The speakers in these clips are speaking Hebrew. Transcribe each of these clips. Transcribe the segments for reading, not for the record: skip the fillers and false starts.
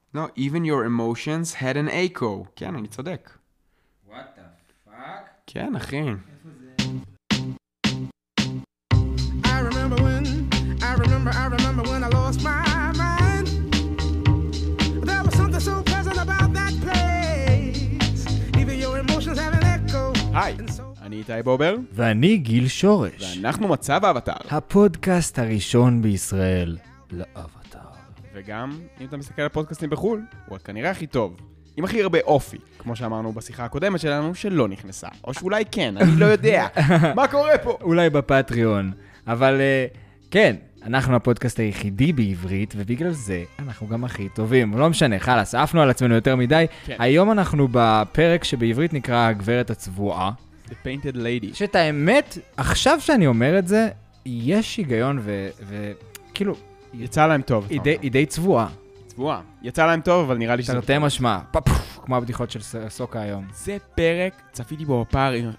No, even your emotions had an echo. כן, אני צודק. What the fuck? כן, אחי. I remember when I lost my mind. There was something so pleasant about that place. Even your emotions have an echo. היי, אני איתי בובר. ואני גיל שורש. ואנחנו מצב האבטר. הפודקאסט הראשון בישראל לאבטר. וגם, אם אתה מסתכל על פודקאסטים בחול, הוא כנראה הכי טוב. עם הכי הרבה אופי, כמו שאמרנו בשיחה הקודמת שלנו, שלא נכנסה. או שאולי כן, אני לא יודע. מה קורה פה? אולי בפטריון. אבל כן, אנחנו הפודקאסט היחידי בעברית, ובגלל זה אנחנו גם הכי טובים. לא משנה, חלס, עפנו על עצמנו יותר מדי. כן. היום אנחנו בפרק שבעברית נקרא הגברת הצבועה. The Painted Lady. שאת האמת, עכשיו שאני אומר את זה, יש היגיון וכאילו, יצא להם טוב. היא די צבועה. צבועה. יצא להם טוב, אבל נראה לי שזה... תרתי משמע. פפוף, כמו הבדיחות של סוקה היום. זה פרק, צפיתי בו בפעם...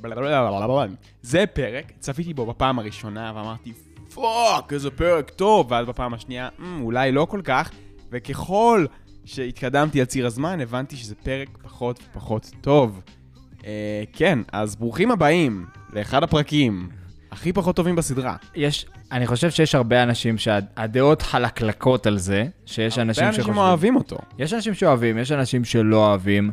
זה פרק, צפיתי בו בפעם הראשונה, ואמרתי, פאק, איזה פרק טוב, ואז בפעם השנייה, אולי לא כל כך, וככל שהתקדמתי על ציר הזמן, הבנתי שזה פרק פחות ופחות טוב. כן, אז ברוכים הבאים לאחד הפרקים הכי פחות טובים בסדרה. אני חושב שיש הרבה אנשים שהדעות חלקלקות על זה, שיש אנשים שחושבים... הרבה אנשים אוהבים אותו. יש אנשים שאוהבים, יש אנשים שלא אוהבים.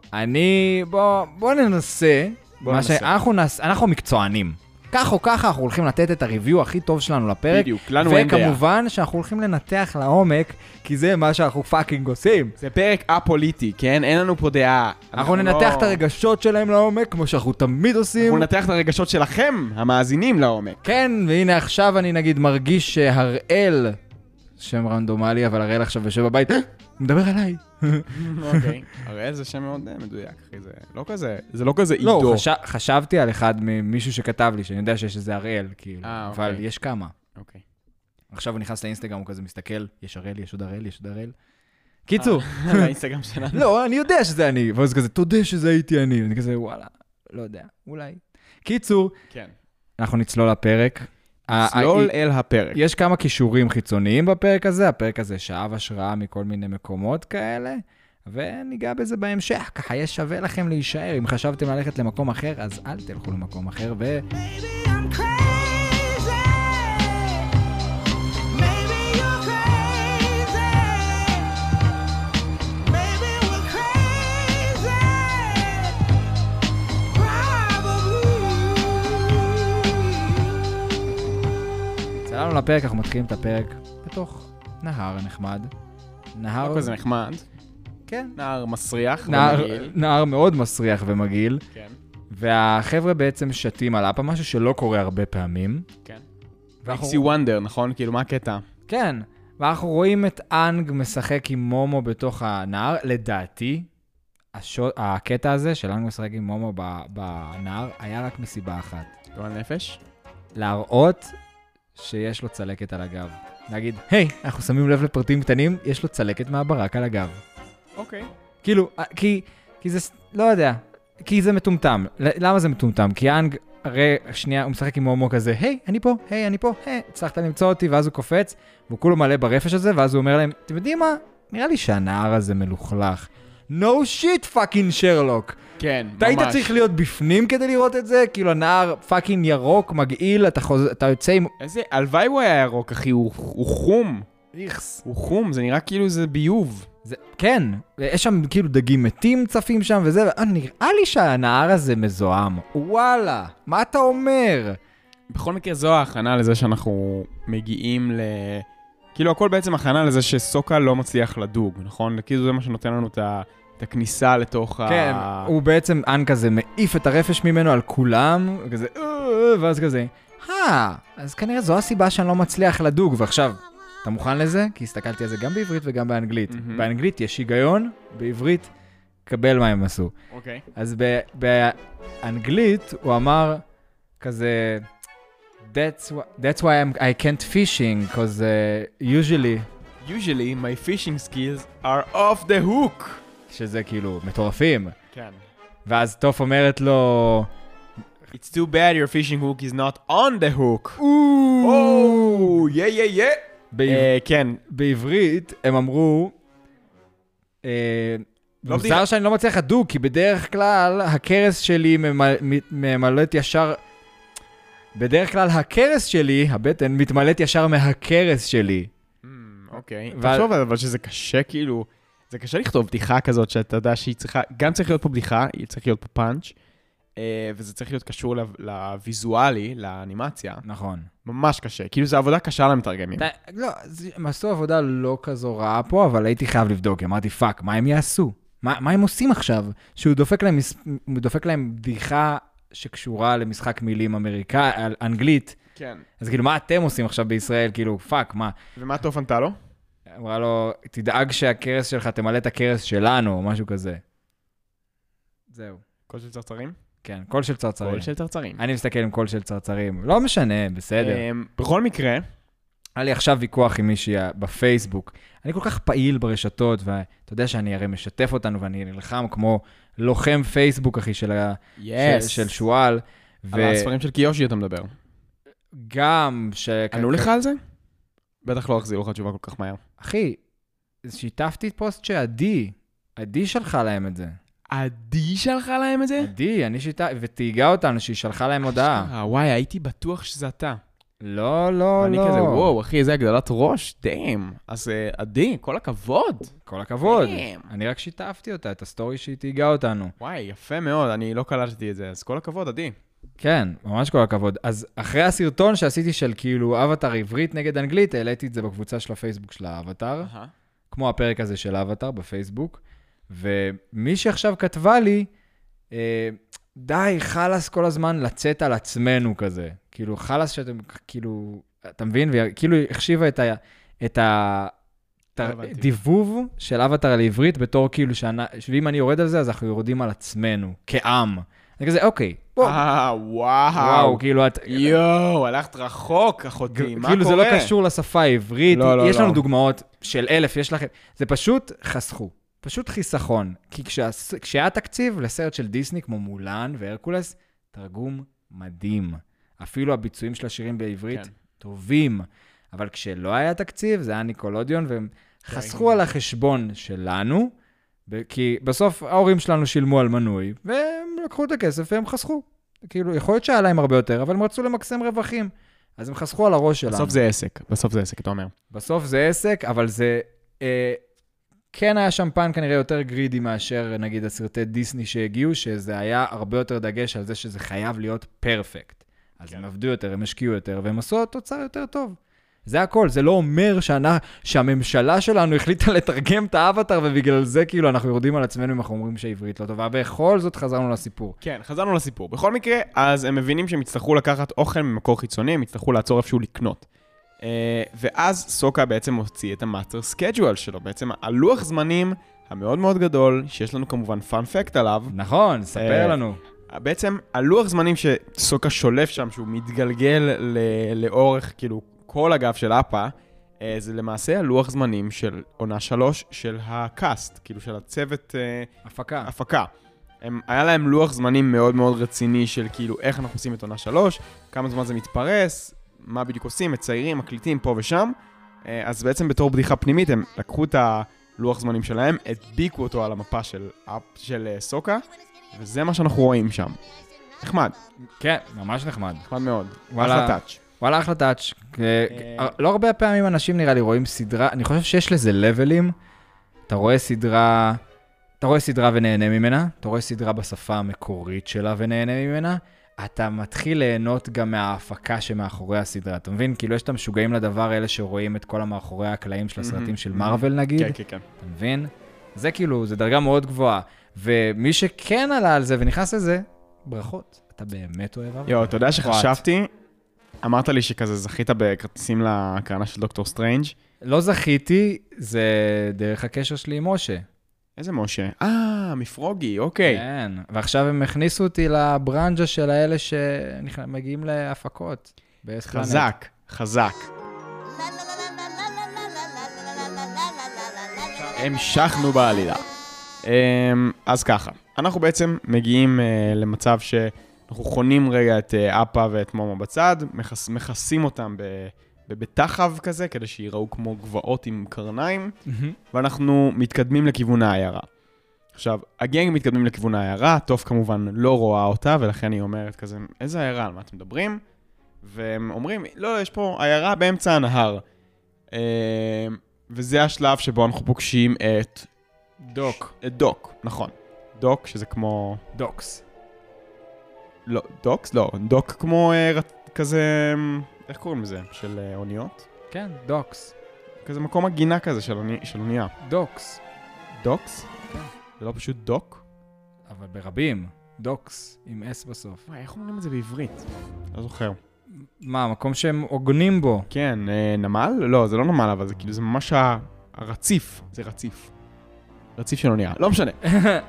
בוא ננסה. אנחנו מקצוענים. כך או ככה אנחנו הולכים לתת את הריוויו הכי טוב שלנו לפרק. בדיוק, לנו אין דעה. וכמובן שאנחנו הולכים לנתח לעומק, כי זה מה שאנחנו פאקינג עושים. זה פרק א-פוליטי, כן? אין לנו פה דעה. אנחנו ננתח את הרגשות שלהם לעומק, כמו שאנחנו תמיד עושים. אנחנו ננתח את הרגשות שלכם, המאזינים לעומק. כן, והנה עכשיו אני נגיד מרגיש שהראל, שם רנדומלי, אבל הראל עכשיו יושב בבית, מדבר עליי. אוקיי. הראל זה שם מאוד מדויק, אחי. זה לא כזה עידו. לא, חשבתי על אחד ממישהו שכתב לי, שאני יודע שיש איזה הראל, כאילו, אבל יש כמה. אוקיי. עכשיו הוא נכנס לאינסטגרם, הוא כזה מסתכל, יש הראל, יש עוד הראל, יש עוד הראל. קיצור. האינסטגרם שלנו. לא, אני יודע שזה אני, ואז כזה, תודה שזה הייתי אני. אני כזה, וואלה, לא יודע, אולי. קיצור, כן. אנחנו נצלול לפרק. צלול אל הפרק. יש כמה קישורים חיצוניים בפרק הזה, הפרק הזה שאב השראה מכל מיני מקומות כאלה, וניגע בזה בהמשך, ככה יש שווה לכם להישאר, אם חשבתם ללכת למקום אחר, אז אל תלכו למקום אחר, Maybe I'm crazy. Maybe you're crazy. Maybe we're crazy. Probably. צללנו לפרק, אנחנו מתחילים את הפרק בתוך נהר נחמד. לא כזה נחמד. כן. נהר מסריח ומגעיל. נהר מאוד מסריח ומגעיל. כן. והחבר'ה בעצם שתים על אפה, משהו שלא קורה הרבה פעמים. כן. מקסי וונדר, נכון? כאילו, מה הקטע? כן. ואנחנו רואים את אנג משחק עם מומו בתוך הנהר. לדעתי, הקטע הזה של אנג משחק עם מומו בנהר היה רק מסיבה אחת. גועל נפש? להראות שיש לו צלקת על הגב. להגיד, היי, אנחנו שמים לב לפרטים קטנים, יש לו צלקת מהברק על הגב. אוקיי. כאילו, כי זה, לא יודע, כי זה מטומטם. למה זה מטומטם? כי אנג, הרי שנייה, הוא משחק עם מומו כזה, היי, אני פה, היי, אני פה, היי, הצלחת למצוא אותי, ואז הוא קופץ, והוא כולו מלא ברפש הזה, ואז הוא אומר להם, אתם יודעים מה? נראה לי שהנהר הזה מלוכלך. No shit, fucking שרלוק. כן, ממש. אתה היית צריך להיות בפנים כדי לראות את זה? כאילו, הנהר פאקינג ירוק, מגעיל, אתה יוצא עם... איזה, הלוואי הוא היה ירוק, אחי, הוא חום. איכס. הוא חום, זה נראה כאילו זה ביוב. כן, יש שם כאילו דגים מתים צפים שם וזה, נראה לי שהנהר הזה מזוהם. וואלה, מה אתה אומר? בכל מקרה זו ההכנה לזה שאנחנו מגיעים כאילו הכל בעצם הכנה לזה שסוקה לא מצליח לדוג, נכון? כאילו זה מה שנותן לנו את הכניסה לתוך כן, הוא בעצם אנ כזה מעיף את הרפש ממנו על כולם, וכזה, ואז כזה, אז כנראה זו הסיבה שאני לא מצליח לדוג, ועכשיו, אתה מוכן לזה? כי הסתכלתי על זה גם בעברית וגם באנגלית. באנגלית יש היגיון, בעברית, קבל מה הם עשו. אוקיי. אז באנגלית הוא אמר כזה, that's why I can't fishing, because usually my fishing skills are off the hook. שזה כאילו מטורפים. כן. ואז טוף אומרת לו, It's too bad your fishing hook is not on the hook. Oh, yeah. כן. בעברית הם אמרו, לא מוזר בדיחה. שאני לא מצליח לדוג, כי בדרך כלל הכרס שלי ממלאת ישר... בדרך כלל הכרס שלי, הבטן, מתמלאת ישר מהכרס שלי. אוקיי. ו- תחשוב אבל שזה קשה כאילו, זה קשה לכתוב בדיחה כזאת שאתה יודע שהיא צריכה, גם צריך להיות פה בדיחה, היא צריך להיות פה פאנץ', וזה צריך להיות קשור לוויזואלי, לאנימציה. נכון. ממש קשה. כאילו זו עבודה קשה למתרגמים. לא, הם עשו עבודה לא כזו רעה פה, אבל הייתי חייב לבדוק. אמרתי, פאק, מה הם יעשו? מה הם עושים עכשיו? שהוא דופק להם בדיחה שקשורה למשחק מילים אנגלית. כן. אז כאילו, מה אתם עושים עכשיו בישראל? כאילו, פאק, מה? ומה טוב ענתה לו? אמרה לו, תדאג שהכרס שלך תמלא את הכרס שלנו, או משהו כזה. זהו. קול של צרצרים? כן, קול של צרצרים. קול של צרצרים. אני מסתכל עם קול של צרצרים. לא משנה, בסדר. בכל מקרה, היה לי עכשיו ויכוח עם מישהי בפייסבוק. אני כל כך פעיל ברשתות, ואתה יודע שאני הרי משתף אותנו, ואני נלחם כמו לוחם פייסבוק, אחי, של שואל. על הספרים של קיושי אתה מדבר. גם ענו לך על זה? בטח לא החזירו לך תשובה כל כך מהר. אחי, שיתפתי פוסט עדי שלחה להם את זה. עדי שלחה להם את זה? עדי, אני ותהיגה אותנו שהיא שלחה להם הודעה. וואי, הייתי בטוח שזה אתה. לא, לא, אני לא. כזה, וואו, אחי, איזה הגדלת ראש, דיים. אז עדי, כל הכבוד. כל הכבוד. Damn. אני רק שיתפתי אותה, את הסטורי שהיא תהיגה אותנו. וואי, יפה מאוד, אני לא קלטתי את זה, אז כל הכבוד, עדי. כן, ממש כל הכבוד. אז אחרי הסרטון שעשיתי של כאילו אבטר עברית נגד אנגלית, העליתי את זה בקבוצה של הפייסבוק של האבטר, כמו הפרק הזה של האבטר בפייסבוק, ומי שעכשיו כתבה לי, די, חלס כל הזמן לצאת על עצמנו כזה. כאילו, חלס שאתם, כאילו, אתה מבין? וכאילו החשיבה את הדיבוב של אבטר לעברית בתור כאילו, שאם אני יורד על זה, אז אנחנו יורדים על עצמנו, כעם. אני כזה, אוקיי, בוא. וואו, כאילו את... יואו, הלכת רחוק, אחותי, מה קורה? כאילו זה לא קשור לשפה העברית, לא, יש לנו לא. דוגמאות של 1,000, יש לכם, זה פשוט חסכו, פשוט חיסכון, כי כשהיה תקציב לסרט של דיסני כמו מולן והרקולס, תרגום מדהים, אפילו הביצועים של השירים בעברית כן. טובים, אבל כשלא היה תקציב, זה היה ניקולודיון, והם חסכו על החשבון שלנו, כי בסוף ההורים שלנו שילמו על מנוי, והם לקחו את הכסף והם חסכו. כאילו, יכול להיות שהיה להם הרבה יותר, אבל הם רצו למקסם רווחים. אז הם חסכו על הראש שלנו. בסוף זה עסק, אתה אומר. בסוף זה עסק, אבל זה... כן היה שמפן כנראה יותר גרידי מאשר, נגיד, הסרטי דיסני שהגיעו, שזה היה הרבה יותר דגש על זה שזה חייב להיות פרפקט. אז הם עבדו יותר, הם השקיעו יותר, והם עשו תוצר יותר טוב. זה הכל, זה לא אומר שהממשלה שלנו החליטה לתרגם את האבטר, ובגלל זה כאילו אנחנו יורדים על עצמנו אם אנחנו אומרים שהעברית לא טובה, בכל זאת חזרנו לסיפור. כן, חזרנו לסיפור. בכל מקרה, אז הם מבינים שהם יצטרכו לקחת אוכל ממקור חיצוני, הם יצטרכו לעצור איפשהו לקנות. ואז סוקה בעצם הוציא את המאסטר סקייג'ואל שלו, בעצם הלוח זמנים המאוד מאוד גדול, שיש לנו כמובן פאנ פקט עליו. נכון, ספר לנו. בעצם הלוח זמנים שסוקה שולף שם, שהוא מתגלגל לאורך כאילו כל הגב של אפה, זה למעשה הלוח זמנים של עונה 3 של הקאסט, כאילו של הצוות הפקה. היה להם לוח זמנים מאוד מאוד רציני של כאילו איך אנחנו עושים את עונה 3, כמה זמן זה מתפרס, מה בדיוק עושים, מציירים, מקליטים פה ושם. אז בעצם בתור בדיחה פנימית הם לקחו את הלוח זמנים שלהם, הדביקו אותו על המפה של סוקה, וזה מה שאנחנו רואים שם. נחמד. כן, ממש נחמד. נחמד מאוד. אחלה טאץ'. וואלה, אחלה טאץ'. לא הרבה פעמים אנשים נראה לי רואים סדרה, אני חושב שיש לזה לבלים. אתה רואה סדרה ונהנה ממנה, אתה רואה סדרה בשפה המקורית שלה ונהנה ממנה, אתה מתחיל ליהנות גם מההפקה שמאחורי הסדרה. אתה מבין? כאילו יש את המשוגעים לדבר האלה שרואים את כל המאחורי הקלעים של הסרטים של מרוול נגיד. כן, כן, כן. אתה מבין? זה כאילו, זה דרגה מאוד גבוהה. ומי שכן עלה על זה ונכנס לזה, ברכות. אתה באמת אוהב אבטר. יו, אתה יודע שחשבתי, אמרת לי שכזה זכית בכרטיסים לקרנה של דוקטור סטרנג'. לא זכיתי, זה דרך הקשר שלי עם משה. איזה משה? מפרוגי, אוקיי. כן, ועכשיו הם הכניסו אותי לברנג'ה של האלה שמגיעים להפקות. חזק, חזק. המשכנו בעלילה. אז ככה, אנחנו בעצם מגיעים למצב שאנחנו חונים רגע את אפה ואת מומו בצד, מכסים אותם בתחב כזה, כדי שיראו כמו גבעות עם קרניים, ואנחנו מתקדמים לכיוון העיירה. עכשיו, הגנג מתקדמים לכיוון העיירה, טוב כמובן לא רואה אותה, ולכן היא אומרת כזה, איזה עיירה, על מה אתם מדברים? והם אומרים, לא, יש פה עיירה באמצע הנהר. וזה השלב שבו אנחנו פוגשים את דוק. את דוק, נכון. דוק, שזה כמו... דוקס. לא, דוקס? לא, דוק כמו כזה... איך קוראים לזה? של אוניות? כן, דוקס. כזה מקום הגינה כזה של אונייה. דוקס. דוקס? כן. זה לא פשוט דוק? אבל ברבים. דוקס, עם S בסוף. וואי, איך אומרים את זה בעברית? לא זוכר. מה, מקום שהם עוגנים בו? כן, נמל? לא, זה לא נמל, אבל זה כאילו, זה ממש הרציף. זה רציף. רציף של אונייה. לא משנה.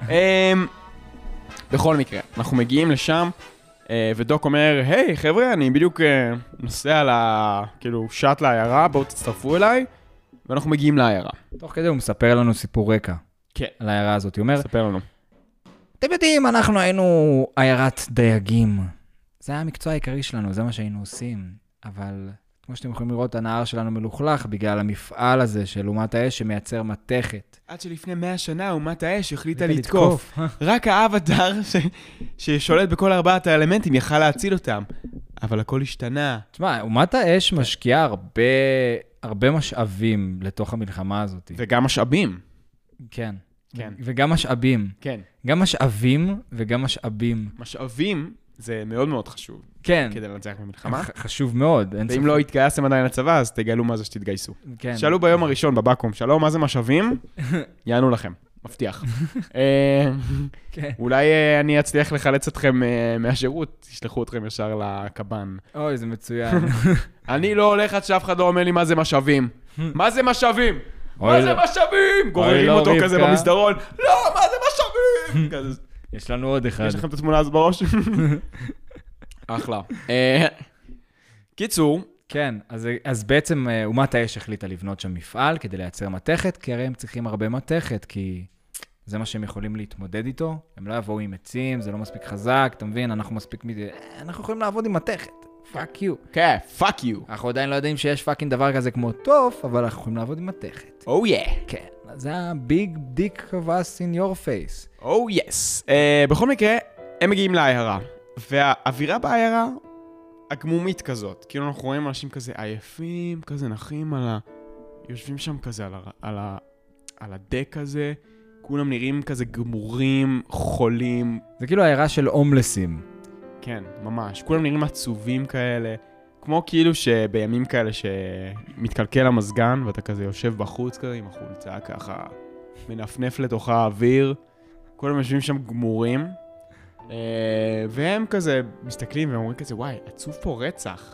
בכל מקרה, אנחנו מגיעים לשם, ודוק אומר, היי, חבר'ה, אני בדיוק נוסע כאילו, שט לעיירה, בואו תצטרפו אליי, ואנחנו מגיעים לעיירה. תוך כדי הוא מספר לנו סיפור רקע. כן. על העיירה הזאת. הוא אומר, ספר לנו. אתם יודעים, אנחנו היינו עיירת דייגים. זה היה המקצוע העיקרי שלנו, זה מה שהיינו עושים. אבל כמו שאתם יכולים לראות, הנהר שלנו מלוכלך בגלל המפעל הזה של אומת האש שמייצר מתכת. עד שלפני 100 שנה אומת האש החליטה לתקוף. רק האבטר ששולט בכל 4 האלמנטים יכל להציל אותם. אבל הכל השתנה. תשמע, אומת האש משקיעה הרבה משאבים לתוך המלחמה הזאת. וגם משאבים. כן. כן. וגם משאבים. כן. גם משאבים וגם משאבים. משאבים זה מאוד מאוד חשוב. כן. כדי לנצח במלחמה. חשוב מאוד. ואם לא התגייסתם עדיין לצבא, אז תגלו מה זה שתתגייסו. כן. שאלו ביום הראשון בבקום, שלום, מה זה משאבים? יענו לכם, מבטיח. אולי אני אצליח לחלץ אתכם מהשירות, תשלחו אתכם ישר לקב"ן. אוי, זה מצוין. אני לא הולך עד שאף אחד לא אומר לי מה זה משאבים. מה זה משאבים? מה זה משאבים? גוררים אותו כזה במסדרון. לא, מה זה משאבים? יש לנו עוד אחד. יש לכם את התמונה הזאת בראש? אחלה. קיצור. כן, אז בעצם אומת האש החליטה לבנות שם מפעל כדי לייצר מתכת, כי הרי הם צריכים הרבה מתכת, כי זה מה שהם יכולים להתמודד איתו. הם לא יבואו עם עצים, זה לא מספיק חזק, אתה מבין? אנחנו מספיק אנחנו יכולים לעבוד עם מתכת. פאק יו. כן, פאק יו. אנחנו עדיין לא יודעים שיש פאקינג דבר כזה כמו טוב, אבל אנחנו יכולים לעבוד עם מתכת. Oh yeah. כן, זה ה-big dick of us in your face. Oh yes. בכל מקרה, הם מגיעים לעיירה, והאווירה בעיירה הגמומית כזאת. כאילו אנחנו רואים אנשים כזה עייפים, כזה נחים יושבים שם כזה על הדק הזה, כולם נראים כזה גמורים, חולים. זה כאילו העיירה של הומלסים. כן, ממש. כולם נראים עצובים כאלה. כמו כאילו שבימים כאלה שמתקלקל המזגן, ואתה כזה יושב בחוץ כזה עם החולצה ככה, מנפנף לתוך האוויר. כולם יושבים שם גמורים. והם כזה מסתכלים ואומרים כזה, וואי, עצוב פה רצח.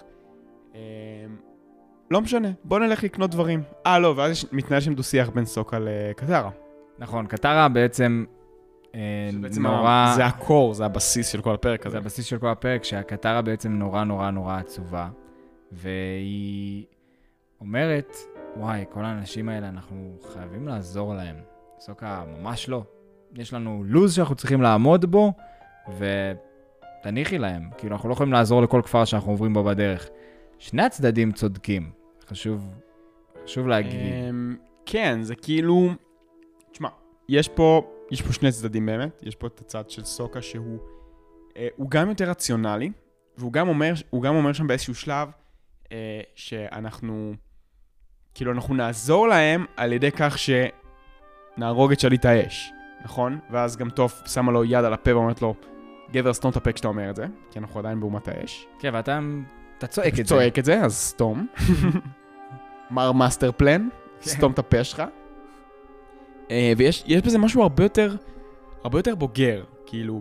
לא משנה, בוא נלך לקנות דברים. לא, ואז מתנהל שם דו-שיח בין סוקה לקטרה. נכון, קטרה בעצם נורא... זה הקור, זה הבסיס של כל הפרק הזה. זה הבסיס של כל הפרק, שהקטרה בעצם נורא נורא נורא עצובה. והיא אומרת, וואי, כל האנשים האלה, אנחנו חייבים לעזור להם. סוקה, ממש לא. יש לנו לוז שאנחנו צריכים לעמוד בו, ותניחי להם. כאילו, אנחנו לא יכולים לעזור לכל כפר שאנחנו עוברים בו בדרך. שני הצדדים צודקים. חשוב להגיד. כן, זה כאילו... תשמע, יש פה שני צדדים באמת. יש פה את הצד של סוקה שהוא גם יותר רציונלי, והוא גם אומר שם באיזשהו שלב שאנחנו כאילו אנחנו נעזור להם על ידי כך שנהרוג את שליט האש, נכון? ואז גם טוב שמה לו יד על הפה ואומרת לו, גבר, סתום את הפה כשאתה אומר את זה, כי אנחנו עדיין באומת האש. כן, ואתה צועק את זה. צועק את זה, אז סתום. מר מאסטר פלן, סתום את הפה שלך. ויש בזה משהו הרבה יותר בוגר, כאילו,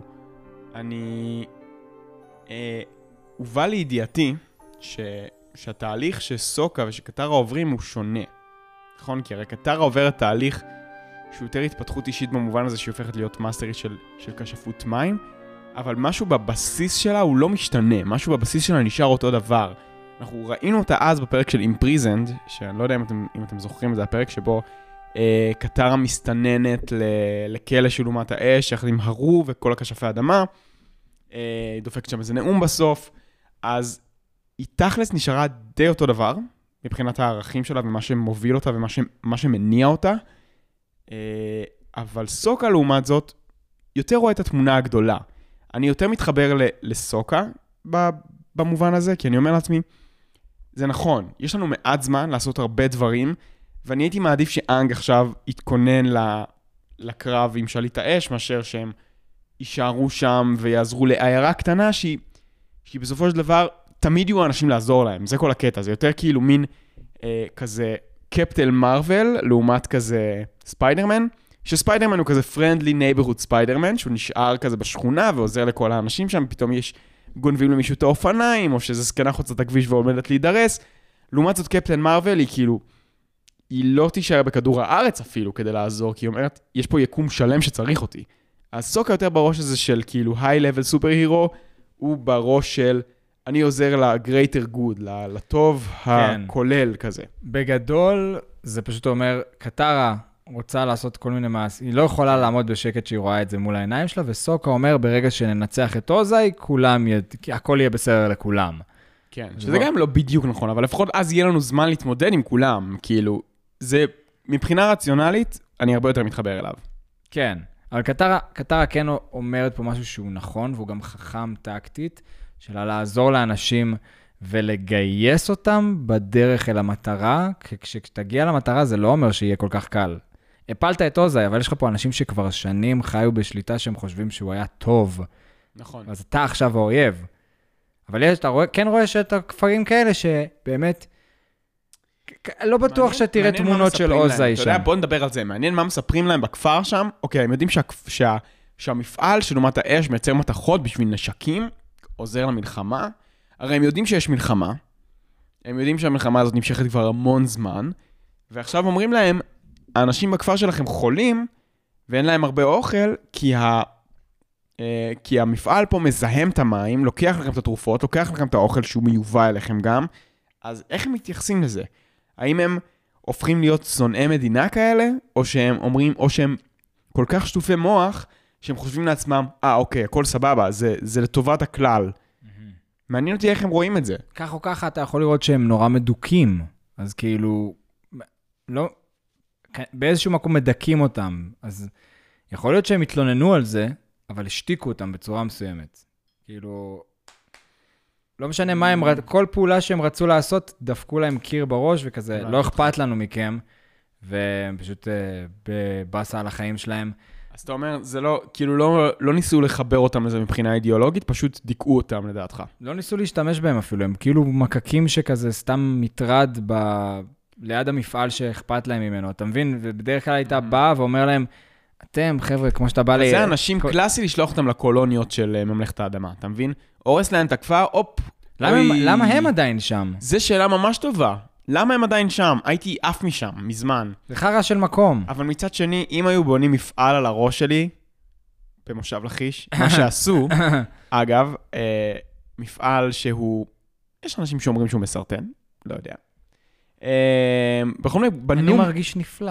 הובא לידיעתי שהתהליך שסוקה ושקטרה עוברים הוא שונה. נכון? כי הרי קטרה עוברת תהליך שהוא יותר התפתחות אישית במובן הזה שהיא הופכת להיות מאסטרית של כשפות מים, אבל משהו בבסיס שלה הוא לא משתנה, משהו בבסיס שלה נשאר אותו דבר. אנחנו ראינו אותה אז בפרק של Imprisoned, שאני לא יודע אם אתם זוכרים, זה הפרק שבו קטרה מסתננת לכלא של אומת האש, יחד עם הרו וכל הכשפי האדמה, דופקת שם איזה נאום בסוף, אז היא תכלס נשארה די אותו דבר, מבחינת הערכים שלה ומה שמוביל אותה ומה שמניע אותה. אבל סוקה לעומת זאת, יותר רואה את התמונה הגדולה. אני יותר מתחבר לסוקה במובן הזה, כי אני אומר לעצמי, זה נכון, יש לנו מעט זמן לעשות הרבה דברים, ואני הייתי מעדיף שאנג עכשיו יתכונן לקרב עם שליט האש, מאשר שהם יישארו שם ויעזרו לעיירה קטנה, שהיא בסופו של דבר, תמיד יהיו אנשים לעזור להם, זה כל הקטע, זה יותר כאילו מין כזה קפטן מרוול, לעומת כזה ספיידרמן, שספיידרמן הוא כזה friendly neighborhood ספיידרמן, שהוא נשאר כזה בשכונה ועוזר לכל האנשים שם, פתאום יש גונבים למישהו את האופניים, או שזה זקנה חוצה את הכביש ועומדת להידרס. לעומת זאת קפטן מרוול היא כאילו, היא לא תישאר בכדור הארץ אפילו כדי לעזור, כי היא אומרת, יש פה יקום שלם שצריך אותי. אז סוקה יותר בראש הזה של כאילו high level סופר הירו, הוא בראש של אני עוזר ל-greater good, לטוב הכולל כזה. בגדול, זה פשוט אומר, קטרה רוצה לעשות כל מיני מעשים, היא לא יכולה לעמוד בשקט שהיא רואה את זה מול העיניים שלה, וסוקה אומר, ברגע שננצח את אוזאי, הכל יהיה בסדר לכולם. כן, שזה גם לא בדיוק נכון, אבל לפחות אז יהיה לנו זמן להתמודד עם כולם, כאילו, זה מבחינה רציונלית, אני הרבה יותר מתחבר אליו. כן, אבל קטרה כן אומרת פה משהו שהוא נכון, והוא גם חכם טקטית, שלה לעזור לאנשים ולגייס אותם בדרך אל המטרה, כשתגיע למטרה זה לא אומר שיהיה כל כך קל. הפלת את אוזאי, אבל יש לך פה אנשים שכבר שנים חיו בשליטה שהם חושבים שהוא היה טוב. נכון. אז אתה עכשיו האויב. אבל אתה כן רואה שאת הכפרים כאלה שבאמת, לא בטוח שתראה תמונות של אוזאי שם. אתה יודע, בוא נדבר על זה. מעניין מה מספרים להם בכפר שם. אוקיי, הם יודעים שהמפעל של אומת האש מייצר מתכות בשביל נשקים, עוזר למלחמה. הרי הם יודעים שיש מלחמה. הם יודעים שהמלחמה הזאת נמשכת כבר המון זמן. ועכשיו אומרים להם, האנשים בכפר שלכם חולים, ואין להם הרבה אוכל, כי המפעל פה מזהם את המים, לוקח לכם את התרופות, לוקח לכם את האוכל שהוא מיובא אליכם גם. אז איך הם מתייחסים לזה? האם הם הופכים להיות שונאי מדינה כאלה, או שהם אומרים, או שהם כל כך שטופי מוח, שהם חושבים לעצמם, אוקיי, הכל סבבה, זה לטובת הכלל. מעניין אותי איך הם רואים את זה. כך או ככה אתה יכול לראות שהם נורא מדוקים, אז כאילו, לא, באיזשהו מקום מדקים אותם, אז יכול להיות שהם התלוננו על זה, אבל השתיקו אותם בצורה מסוימת. כאילו, לא משנה מה הם, כל פעולה שהם רצו לעשות, דפקו להם קיר בראש וכזה, לא אכפת לנו מכם, והם פשוט בבאסה על החיים שלהם. אז אתה אומר, זה לא, כאילו לא ניסו לחבר אותם לזה מבחינה אידיאולוגית, פשוט דיכאו אותם לדעתך. לא ניסו להשתמש בהם אפילו, הם כאילו מקקים שכזה סתם מטרד ליד המפעל שאכפת להם ממנו, אתה מבין? ובדרך כלל הייתה באה ואומר להם, אתם חבר'ה, כמו שאתה בא זה אנשים קלאסי לשלוח אותם לקולוניות של ממלכת האדמה, אתה מבין? הורס להם את הכפר, הופ. למה הם עדיין שם? זה שאלה ממש טובה. למה הם עדיין שם? הייתי עף משם, מזמן. זה חרא של מקום. אבל מצד שני, אם היו בונים מפעל על הראש שלי, במושב לכיש, מה שעשו, אגב, מפעל שהוא, יש אנשים שאומרים שהוא מסרטן, לא יודע. בכל מיני בנו... אני מרגיש נפלא.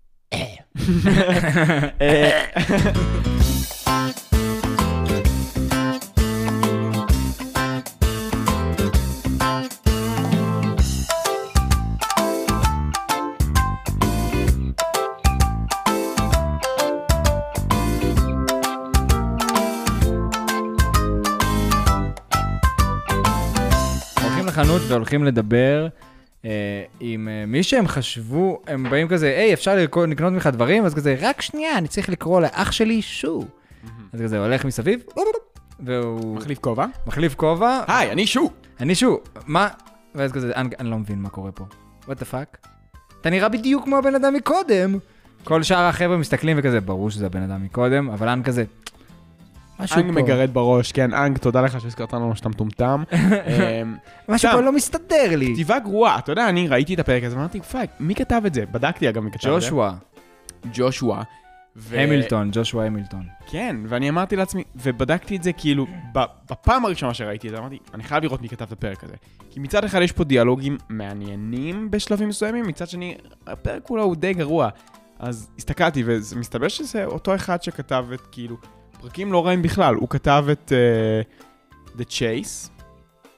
הולכים לחנות והולכים לדבר עם מי שהם חשבו, הם באים כזה, היי, אפשר לקנות ממך דברים? אז כזה, רק שנייה, אני צריך לקרוא לאח שלי שו. אז כזה, הולך מסביב, והוא... מחליף כובע? מחליף כובע. היי, אני שו. אני שו. מה? ואז כזה, אני לא מבין מה קורה פה. What the fuck? אתה נראה בדיוק כמו הבן אדם מקודם. כל שאר החבר'ה מסתכלים וכזה, ברור שזה הבן אדם מקודם, אבל אנג כזה, אנג מגרד בראש, כן, אנג, תודה לך שהזכרת לנו שאתה מטומטם. משהו פה לא מסתדר לי. כתיבה גרועה, אתה יודע, אני ראיתי את הפרק הזה, אמרתי, פאק, מי כתב את זה? בדקתי אגב מי כתב את זה. ג'ושוע. המילטון, ג'ושוע המילטון. כן, ואני אמרתי לעצמי, ובדקתי את זה כאילו, בפעם הראשונה שראיתי את זה, אמרתי, אני חייב לראות מי כתב את הפרק הזה. כי מצד אחד יש פה דיאלוגים מעניינים בשלבים מסוימים, מצד שני, הפרק כולו הוא די גרוע. אז הסתכלתי, ומסתבר שזה אותו אחד שכתב את כאילו, פרקים לא רעים בכלל, הוא כתב את The Chase,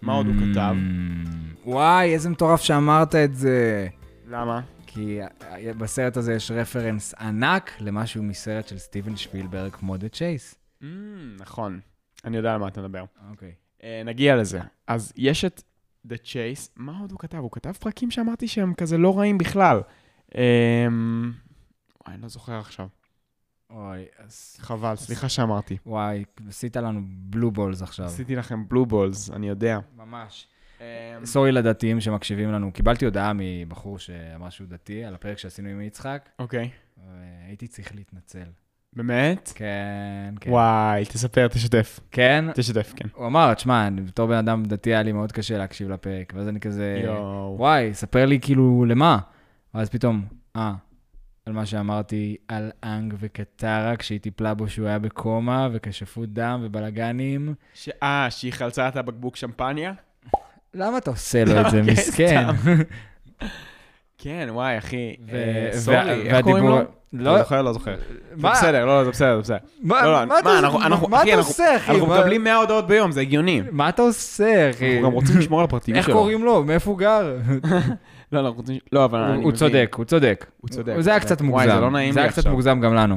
מה עוד הוא כתב? וואי, איזה מטורף שאמרת את זה. למה? כי בסרט הזה יש רפרנס ענק למשהו מסרט של סטיבן שפילברג כמו The Chase. נכון. אני יודע על מה אתה מדבר. אוקיי. נגיע לזה. אז יש את The Chase. מה עוד הוא כתב? הוא כתב פרקים שאמרתי שהם כזה לא רעים בכלל. וואי, אני לא זוכר עכשיו. אוי, אז... חבל, סליחה שאמרתי. וואי, עשית לנו בלו בולס עכשיו. עשיתי לכם בלו בולס, אני יודע. ממש. סורי לדתיים שמקשיבים לנו. קיבלתי הודעה מבחור שאמר שהוא דתי על הפרק שעשינו עם יצחק. אוקיי. והייתי צריך להתנצל. באמת? כן, כן. וואי, תספר, תשתף. כן? תשתף, כן. הוא אמר, תשמע, בתור בן אדם דתי היה לי מאוד קשה להקשיב לפרק, ואז אני כזה, יואו. וואי, ספר לי כאילו למה? ואז פתאום, על מה שאמרתי על אנג וקטרה, כשהיא טיפלה בו שהוא היה בקומה, וכשפות דם ובלגנים. שהיא חלצה את הבקבוק שמפניה? למה אתה עושה לו את זה, מסכן? כן, וואי, אחי. סורי, איך קוראים לו? לא זוכר. מה? בסדר, זה בסדר. מה אתה עושה, אחי? אנחנו מקבלים 100 הודעות ביום, זה הגיוני. מה אתה עושה, אחי? אנחנו גם רוצים לשמור על הפרטיות איך שלו. קוראים לו? מאיפה הוא גר? לא, אנחנו רוצים... לא, אבל אני מבין. הוא צודק. זה היה קצת מוגזם. וואי, זה לא נעים לי זה היה קצת עכשיו. מוגזם גם לנו.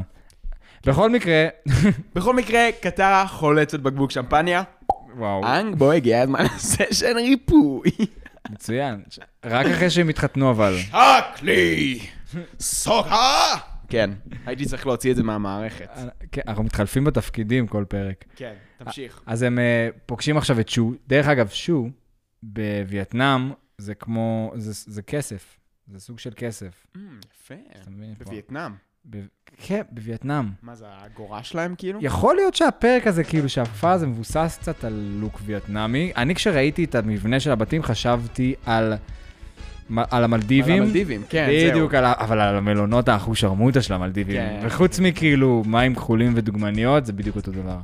בכל מקרה, קטרה חולצת בקבוק שמפניה. וואו. אנג, בוא, הגיע הזמן לסשן ריפוי. מצוין. רק אחרי שהם התחתנו אבל. שקלי! סוקה! כן, הייתי צריך להוציא את זה מהמערכת. כן, אנחנו מתחלפים בתפקידים כל פרק. כן, תמשיך. אז הם פוגשים עכשיו את שו. דרך אגב, שו בווייטנאם זה כמו, זה כסף. זה סוג של כסף. יפה. בווייטנאם. כן, בווייטנאם. מה זה, הגורה שלהם כאילו? יכול להיות שהפרק הזה, כאילו שהפעה הזה מבוסס קצת על לוק וייטנאמי. אני כשראיתי את המבנה של הבתים חשבתי על המלדיבים. על המלדיבים, כן, זהו. בדיוק, אבל על המלונות האחושרמוטה של המלדיבים. וחוץ מכאילו מים כחולים ודוגמניות, זה בדיוק אותו דבר.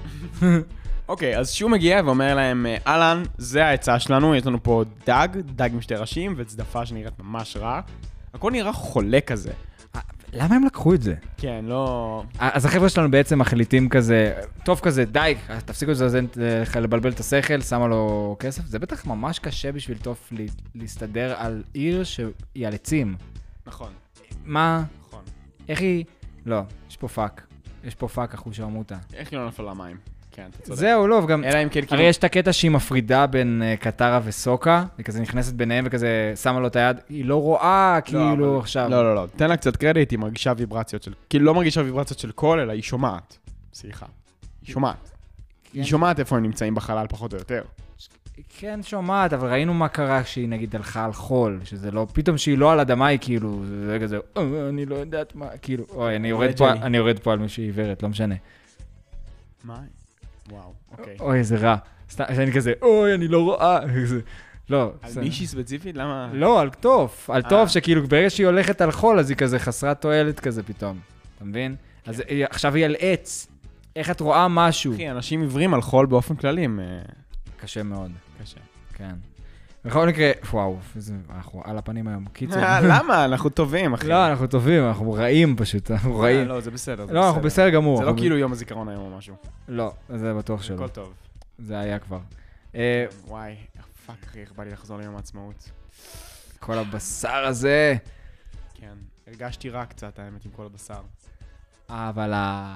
אוקיי, אז שהוא מגיע ואומר להם, אלן, זה ההצעה שלנו, יש לנו פה דג עם שתי ראשים וצדפה שנראית ממש רע. הכל נראה חולה כזה. למה הם לקחו את זה? כן, לא... אז החבר'ה שלנו בעצם מחליטים כזה, טוב כזה, די, תפסיקו לבלבל את השכל, שמה לו כסף. זה בטח ממש קשה בשביל טוב להסתדר על עיר שהיא על עצים. נכון. מה? נכון. איך היא? לא, יש פה פאק. יש פה פאק אחושרמוטה. איך היא לא נפלה למים? כן, אתה צודק. זהו, לא, וגם... אלא אם כן כאילו... הרי יש את הקטע שהיא מפרידה בין קטרה וסוקה, היא כזה נכנסת ביניהם וכזה שמה לו את היד, היא לא רואה, כאילו, עכשיו... לא, תן לה קצת קרדיט, היא מרגישה ויברציות של... כאילו, לא מרגישה ויברציות של קול, אלא היא שומעת. סליחה. היא שומעת. היא שומעת איפה הם נמצאים בחלל, פחות או יותר. כן, שומעת, אבל ראינו מה קרה כשהיא, נגיד, הלכה על חול, שזה לא... פתאום שהיא לא על אדמה, היא כאילו... זה כזה, אני לא יודעת מה, כאילו... אוי, אני יורד פה על מישהי עיוורת, לא משנה. מה? וואו, אוקיי. אוי, זה רע. אני כזה, אוי, אני לא רואה. לא. על מישהי ספציפית? למה? לא, על טוב. על טוב שכאילו ברגע שהיא הולכת על חול, אז היא כזה חסרת תועלת כזה פתאום. אתה מבין? אז עכשיו היא על עץ. איך את רואה משהו? אחי, אנשים עיוורים על חול באופן כללי. קשה מאוד. קשה. כן. בכל מקרה, וואו, אנחנו על הפנים היום. קיצור. למה? אנחנו טובים, אחי. לא, אנחנו טובים, אנחנו רעים פשוט. אנחנו רעים. לא, זה בסדר. לא, אנחנו בסדר גמור. זה לא כאילו יום הזיכרון היום או משהו. לא, זה בטוח שלא. הכל טוב. זה היה כבר. וואי, פאק, אחי, איך בא לי לחזור ליום העצמאות. כל הבשר הזה. כן, הרגשתי רע קצת, האמת, עם כל הבשר. אבל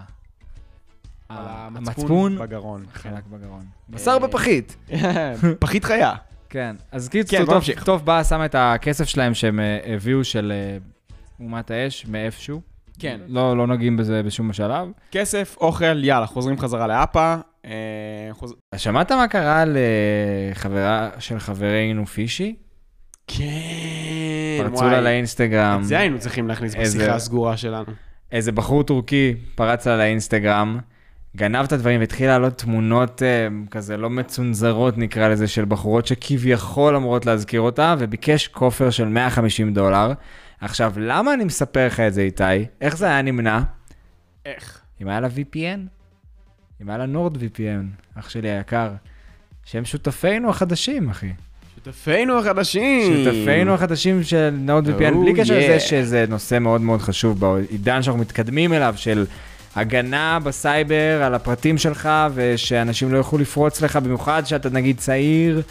המצפון בגרון. חלק בגרון. בשר בפחית. פחית חיה. כן, אז קיצור, טוב בא, שם את הכסף שלהם שהם הביאו של אומת האש מאיפשהו. כן. לא נוגעים בזה בשום שלב. כסף, אוכל, יאללה, חוזרים חזרה לאפה. שמעת מה קרה לחברה של חברינו פישי? כן. פרצו לה לאינסטגרם. את זה היינו צריכים להכניס בשיחה הסגורה שלנו. איזה בחור טורקי פרץ לה לאינסטגרם, גנב את הדברים והתחיל לעלות תמונות כזה לא מצונזרות נקרא לזה, של בחורות שכביכול אמורות להזכיר אותה, וביקש כופר של $150. עכשיו, למה אני מספר לך את זה, איתי? איך זה היה נמנע? איך? אם היה לה VPN? אם היה לה נורד VPN, אח שלי היקר, שהם שותפינו החדשים, אחי. שותפינו החדשים של נורד VPN, בלי קשר לזה שזה נושא מאוד מאוד חשוב בעידן שאנחנו מתקדמים אליו, של הגנה בסייבר על הפרטים שלך, ושאנשים לא יוכלו לפרוץ לך, במיוחד שאתה נגיד צעיר,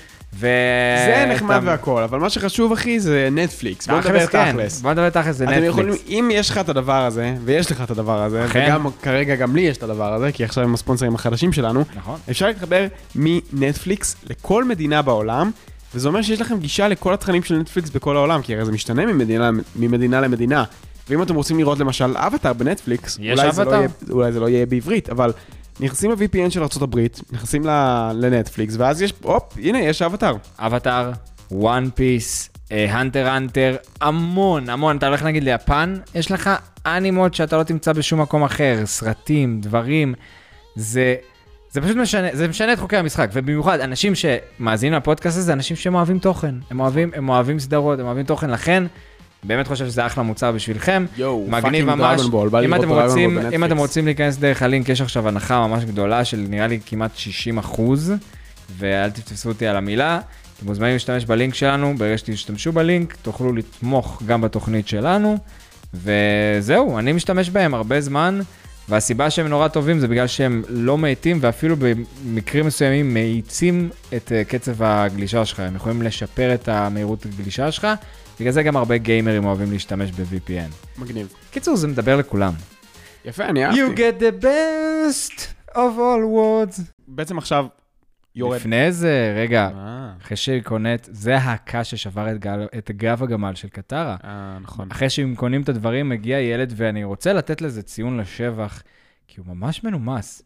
זה נחמד והכל, אבל מה שחשוב, אחי, זה נטפליקס. בוא נדבר תכלס. בוא נדבר תכלס, זה נטפליקס. אם יש לך את הדבר הזה, ויש לך את הדבר הזה, וגם כרגע גם לי יש את הדבר הזה, כי עכשיו הם הספונסרים החדשים שלנו, אפשר להתחבר מנטפליקס לכל מדינה בעולם, וזה אומר שיש לכם גישה לכל התכנים של נטפליקס בכל העולם, כי הרי זה משתנה ממדינה למדינה. ואם אתם רוצים לראות למשל אבטר בנטפליקס, אולי זה לא יהיה בעברית, אבל נכנסים ל-VPN של ארצות הברית, נכנסים לנטפליקס, ואז יש, הנה, יש אבטר. אבטר, וואן פיס, הנטר הנטר, המון, אתה הולך נגיד ליפן, יש לך אנימות שאתה לא תמצא בשום מקום אחר, סרטים, דברים, זה פשוט משנה את חוקי המשחק, ובמיוחד אנשים שמאזינים לפודקאסט הזה, זה אנשים שהם אוהבים תוכן, הם אוהבים סדרות, הם אוהבים תוכן, לכן, באמת חושב שזה אחלה מוצר בשבילכם, מגניב ממש, אם אתם רוצים להיכנס דרך הלינק, יש עכשיו הנחה ממש גדולה של נראה לי כמעט 60%, ואל תתפסו אותי על המילה, אתם מוזמנים להשתמש בלינק שלנו, ברגע שתשתמשו בלינק, תוכלו לתמוך גם בתוכנית שלנו, וזהו, אני משתמש בהם הרבה זמן, והסיבה שהם נורא טובים זה בגלל שהם לא מאיטים, ואפילו במקרים מסוימים מאיצים את קצב הגלישה שלך, הם יכולים לשפר את המהירות הגלישה שלך, בגלל זה גם הרבה גיימרים אוהבים להשתמש ב-VPN. מגניב. קיצור, זה מדבר לכולם. יפה, אני אהבתי. You get the best of all worlds. בעצם עכשיו יורד. לפני זה, רגע, אחרי שהיא קונית, זה ההקה ששבר את גב הגמל של קטרה. נכון. אחרי שהם קונים את הדברים, מגיע ילד, ואני רוצה לתת לזה ציון לשבח, כי הוא ממש מנומס.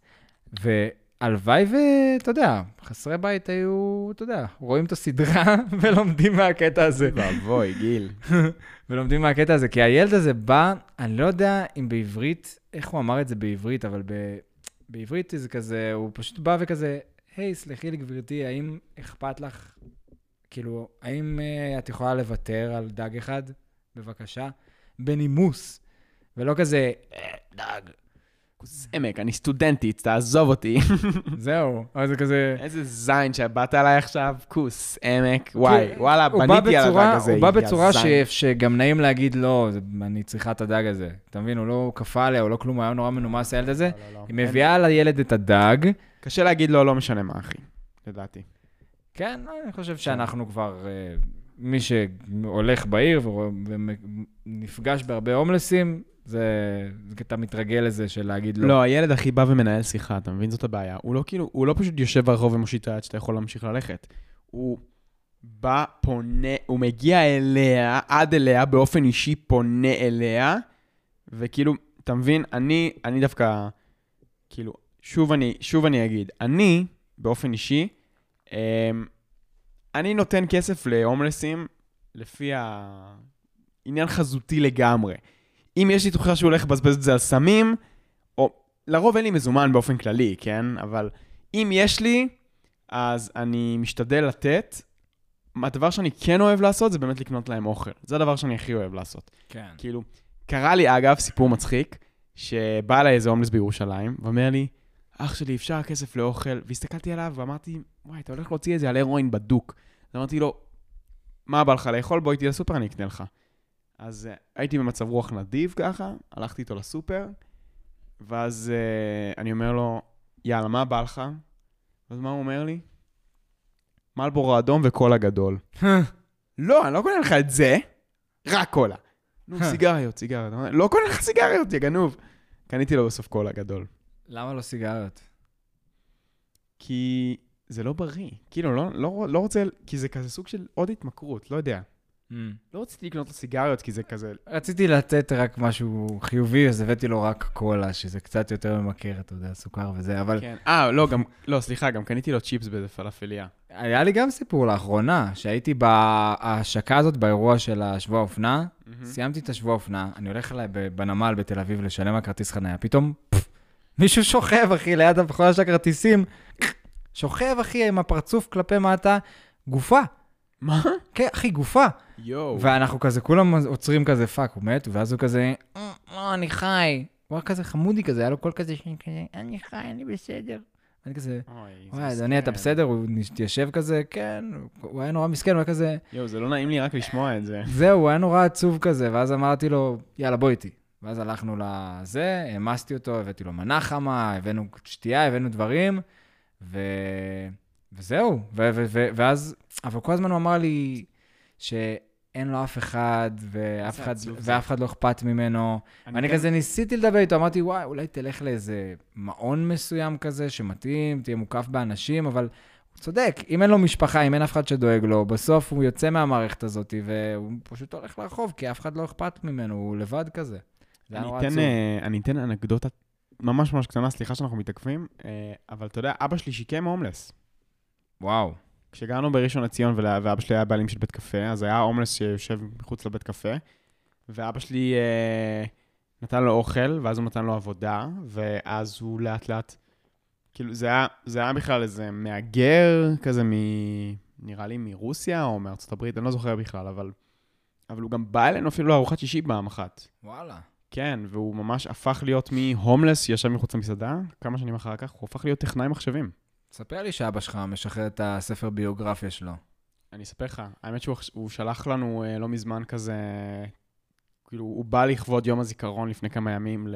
והלוואי ואתה יודע, חסרי בית היו, אתה יודע, רואים את הסדרה ולומדים מהקטע הזה. ואבוי, גיל. ולומדים מהקטע הזה, כי הילד הזה בא, אני לא יודע אם בעברית, איך הוא אמר את זה בעברית, אבל בעברית זה כזה, הוא פשוט בא וכזה, היי, סלחי לי גברתי, האם אכפת לך, כאילו, האם את יכולה לוותר על דג אחד, בבקשה? בנימוס, ולא כזה, דג. כוס עמק, אני סטודנטית, תעזוב אותי. זהו, אבל זה כזה... איזה זין שבאת עליי עכשיו, כוס עמק, וואי, וואלה, בניתי על הדג הזה. הוא בא בצורה שגם נעים להגיד, לא, אני צריכה את הדג הזה. אתה מבין, הוא לא קפה עליה, הוא לא כלום, הוא היה נורא מנומס הילד הזה. היא מביאה לילד את הדג. קשה להגיד לו, לא משנה מה, אחי, לדעתי. כן, אני חושב שאנחנו כבר, מי שהולך בעיר ונפגש בהרבה הומלסים, זה אתה מתרגל לזה של להגיד לו. לא, הילד הכי בא ומנהל שיחה, אתה מבין? זאת הבעיה. הוא לא כאילו, הוא לא פשוט יושב ברחוב ומושיט היד שאתה יכול להמשיך ללכת. הוא בא, פונה, הוא מגיע אליה, עד אליה, באופן אישי פונה אליה, וכאילו, אתה מבין? אני דווקא, כאילו, שוב אני אגיד, אני, באופן אישי, אני נותן כסף להומלסים לפי העניין חזותי לגמרי. אם יש לי תחושה שהוא הולך לבזבז את זה על סמים, או לרוב אין לי מזומן באופן כללי, כן? אבל אם יש לי, אז אני משתדל לתת. הדבר שאני כן אוהב לעשות, זה באמת לקנות להם אוכל. זה הדבר שאני הכי אוהב לעשות. כן. כאילו, קרה לי אגב סיפור מצחיק, שבא אליי איזה הומלס בירושלים, ואומר לי, אח שלי, אפשר כסף לאוכל, והסתכלתי עליו ואמרתי, וואי, אתה הולך להוציא את זה על הרואין בדוק. אז אמרתי לו, מה בא לך לאכול? בוא איתי לסופר, אני אקנה לך. אז הייתי במצב רוח נדיב ככה, הלכתי איתו לסופר, ואז אני אומר לו, יאללה, מה בא לך? ואז מה הוא אומר לי? מלבורו אדום וקולה גדול. לא, אני לא קונה לך את זה, רק קולה. נו, סיגריות. לא קונה לך סיגריות, יא גנוב. קניתי לו בסוף קולה גדול. למה לא סיגריות? כי זה לא בריא. כאילו, לא רוצה, כי זה כזה סוג של עוד התמכרות, לא יודע. לא רציתי לקנות לו סיגריות, כי זה כזה... רציתי לתת רק משהו חיובי, אז הבאתי לו רק קולה, שזה קצת יותר ממכר, אתה יודע, סוכר וזה, אבל... כן, לא, סליחה, גם קניתי לו צ'יפס באיזה פלאפליה. היה לי גם סיפור לאחרונה, שהייתי בהשקה הזאת, באירוע של השבוע האופנה, סיימתי את השבוע האופנה, אני הולך אליי בנמל בתל אביב לשלם הכרטיס חניה, פתאום מישהו שוכב, אחי, ליד המכונה של הכרטיסים, שוכב, אחי, עם הפרצוף כלפי מטה, גופה. מה? כן, אחי, גופה. יואו. ואנחנו כזה, כולם עוצרים כזה, פאק, הוא מת, ואז הוא כזה, אני חי. הוא היה כזה חמודי כזה, היה לו קול כזה, אני חי, אני בסדר. אני כזה, וואי, אדוני, אתה בסדר? הוא נתיישב כזה, כן, הוא היה נורא מסכן, הוא היה כזה... יואו, זה לא נעים לי רק לשמוע את זה. זהו, הוא היה נורא עצוב כזה, ואז אמרתי לו, יאללה, בוא איתי. ואז הלכנו לזה, המסתי אותו, הבאתי לו מנה חמה, הבאנו שתייה, הבאנו דברים, וזהו. ואז, אבל כל הזמן הוא אמר לי שאין לו אף אחד, ואף אחד לא אכפת ממנו. ואני כזה ניסיתי לדבר איתו, אמרתי, וואי, אולי תלך לאיזה מעון מסוים כזה, שמתאים, תהיה מוקף באנשים, אבל הוא צודק, אם אין לו משפחה, אם אין אף אחד שדואג לו, בסוף הוא יוצא מהמערכת הזאת, והוא פשוט הולך לרחוב, כי אף אחד לא אכפת ממנו, הוא לבד כזה. אני אתן אנקדוטה ממש ממש קטנה, סליחה שאנחנו מתעכבים, אבל אתה יודע, אבא שלי שיקם הומלס. וואו. כשגרנו בראשון לציון, ואבא שלי היה בעלים של בית קפה, אז היה הומלס שיושב מחוץ לבית קפה, ואבא שלי נתן לו אוכל, ואז הוא נתן לו עבודה, ואז הוא לאט לאט, כאילו זה היה בכלל איזה מהגר, כזה נראה לי מרוסיה או מארצות הברית, אני לא זוכר בכלל, אבל הוא גם בא אלינו אפילו לארוחת שישי פעם אחת. וואלה. כן, והוא ממש הפך להיות מהומלס, ישב מחוץ למסעדה, כמה שנים אחר כך, הוא הפך להיות טכנאי מחשבים. ספר לי שאבא שלך משחרר את הספר ביוגרפיה שלו. אני אספר לך, האמת שהוא שלח לנו לא מזמן כזה, כאילו הוא בא לכבוד יום הזיכרון לפני כמה ימים,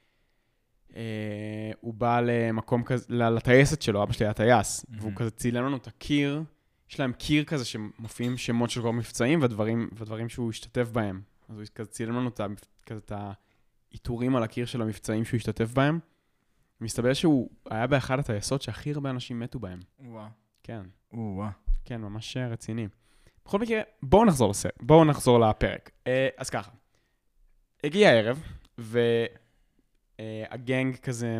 הוא בא למקום כזה, לטייסת שלו, אבא שלי היה טייס, והוא כזה צילם לנו את הקיר, יש להם קיר כזה שמופיעים שמות של כל מבצעים ודברים שהוא השתתף בהם. אז הוא כזה צילם לנו את האיתורים על הקיר של המבצעים שהוא השתתף בהם. מסתבר שהוא היה באחד הטייסות שהכי הרבה אנשים מתו בהם. וואו. כן. וואו. כן, ממש רציני. בכל מקרה, בואו נחזור לפרק. אז ככה, הגיע הערב, והגנג כזה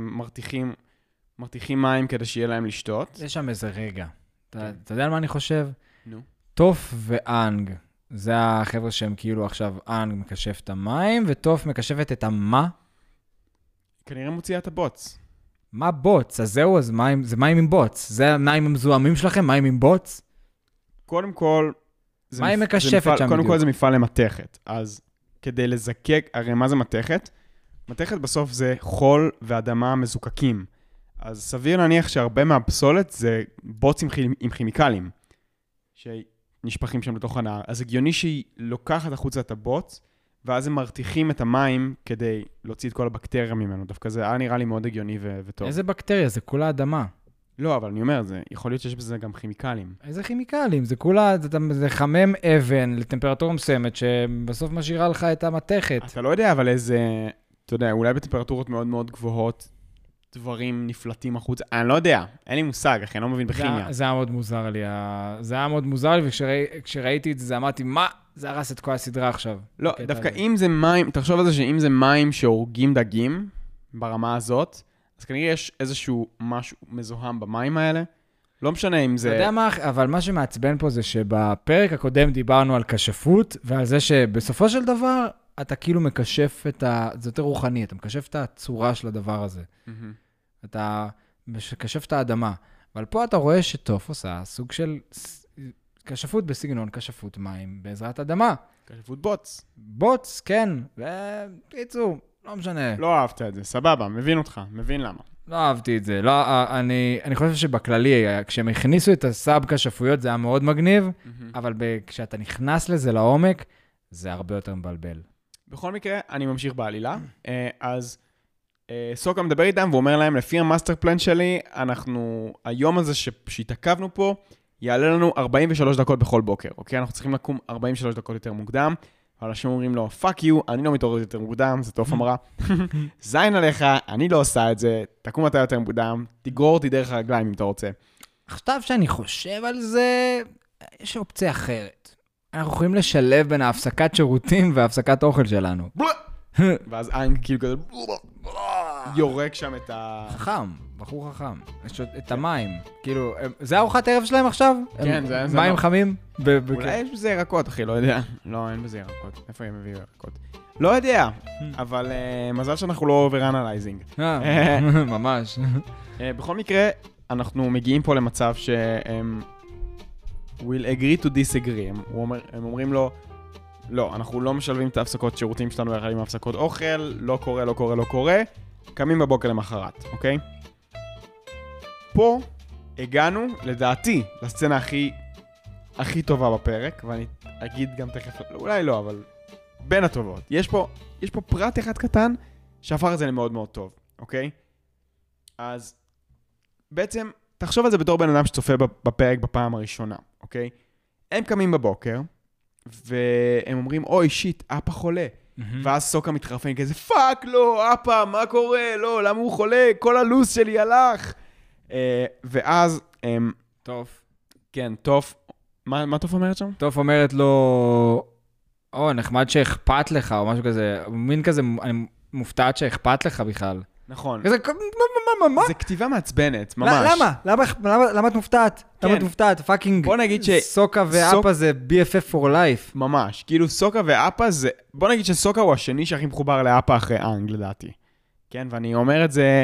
מרתיחים מים כדי שיהיה להם לשתות. יש שם איזה רגע. אתה יודע על מה אני חושב? נו. טוף ואנג. זה החבר'ה שהם כאילו עכשיו אנג מקשף את המים, וטוף מקשפת את המה. כנראה מוציאה את הבוץ. מה בוץ? אז זהו, אז זה מים עם בוץ. זה המים המזוהמים שלכם, מים עם בוץ? קודם כל, מים מקשפת שם קודם בדיוק. כל זה מפעל למתכת. אז כדי לזקק, הרי מה זה מתכת? מתכת בסוף זה חול ואדמה מזוקקים. אז סביר להניח שהרבה מהפסולת זה בוץ עם כימיקלים, שנשפכים שם לתוך הנהר. אז הגיוני שהיא לוקחת החוצה את הבוץ, ואז הם מרתיחים את המים כדי להוציא את כל הבקטריה ממנו. דווקא זה היה נראה לי מאוד הגיוני וטוב. איזה בקטריה? זה כולה אדמה. לא, אבל אני אומר, יכול להיות שיש בזה גם כימיקלים. איזה כימיקלים? זה כולה, זה חמם אבן לטמפרטורה מסוימת, שבסוף משאירה לך את המתכת. אתה לא יודע, אבל איזה, אתה יודע, אולי בטמפרטורות מאוד מאוד גבוהות, דברים נפלטים החוצה. אני לא יודע, אין לי מושג, אחי, אני לא מבין בכימיה. זה היה מאוד מוזר לי. זה היה מאוד מוזר לי, וכשראיתי את זה, אמרתי, מה? זה הרס את כל הסדרה עכשיו. לא, דווקא אם זה מים, תחשוב על זה שאם זה מים שהורגים דגים, ברמה הזאת, אז כנראה יש איזשהו משהו מזוהם במים האלה. לא משנה אם זה... אתה יודע מה, אבל מה שמעצבן פה זה שבפרק הקודם דיברנו על כשפות, ועל זה שבסופו של דבר, אתה כאילו מקשף זה יותר רוחני, אתה מקשף את הצורה של הדבר הזה. אתה מקשף את האדמה. אבל פה אתה רואה שטוף עושה סוג של כשפות בסגנון, כשפות מים בעזרת אדמה. כשפות בוץ. בוץ, כן. וקיצור, לא משנה. לא אהבת את זה, סבבה, מבין אותך, מבין למה. לא אהבתי את זה. לא, אני חושב שבכללי, כשהם הכניסו את הסאב כשפויות, זה היה מאוד מגניב, אבל כשאתה נכנס לזה לעומק, זה הרבה יותר מבלבל. בכל מקרה, אני ממשיך בעלילה. אז סוקה מדבר איתם ואומר להם, לפי המאסטר פלן שלי, היום הזה שהתעכבנו פה, יעלה לנו 43 דקות בכל בוקר, אוקיי? אנחנו צריכים לקום 43 דקות יותר מוקדם, אבל אנשים אומרים לו, fuck you, אני לא מתעורר יותר מוקדם, זה טוב אמרה. זין עליך, אני לא עושה את זה, תקום אתה יותר מוקדם, תגרור אותי דרך הרגליים אם אתה רוצה. עכשיו שאני חושב על זה, יש אופציה אחרת. אנחנו יכולים לשלב בין ההפסקת שירותים וההפסקת אוכל שלנו. ואז אנג כאילו כזה, יורק שם את חכם, בחור חכם. יש את המים. כאילו, זה ארוחת הערב שלהם עכשיו? כן, זה... מים חמים? אולי יש בזה ירקות, אחי, לא יודע. לא, אין בזה ירקות. איפה הם הביאו ירקות? לא יודע, אבל מזל שאנחנו לא אובר-אנליזינג. ממש. בכל מקרה, אנחנו מגיעים פה למצב שהם will agree to disagree. הם אומרים לו, לא, אנחנו לא משלבים את ההפסקות שירותים שלנו יחד עם ההפסקות אוכל, לא קורה, לא קורה, לא קורה. קמים בבוקר למחרת, אוקיי? פה הגענו, לדעתי, לסצנה הכי טובה בפרק, ואני אגיד גם תכף, אולי לא, אבל בין הטובות. יש פה פרט אחד קטן שהפך את זה למאוד מאוד טוב, אוקיי? אז בעצם, תחשוב על זה בתור בן אדם שצופה בפרק בפעם הראשונה, אוקיי? הם קמים בבוקר, והם אומרים, אוי, שיט, אפה חולה. ואז סוקה מתחרפן כזה, פאק, לא, אפה, מה קורה? לא, למה הוא חולה? כל הלוס שלי הלך. ואז... טוב. כן, טוב. מה טוב אומרת שם? טוב אומרת לו, נחמד שאכפת לך, או משהו כזה, מין כזה, אני מופתעת שאכפת לך בכלל. נכון. כזה, מה? זה כתיבה מעצבנת, ממש. למה את מופתעת? למה את מופתעת? פאקינג בוא נגיד סוקה ואפה זה BFF for life. ממש. כאילו סוקה ואפה זה... בוא נגיד שסוקה הוא השני שהכי מחובר לאפה אחרי אנג, לדעתי. כן, ואני אומר את זה...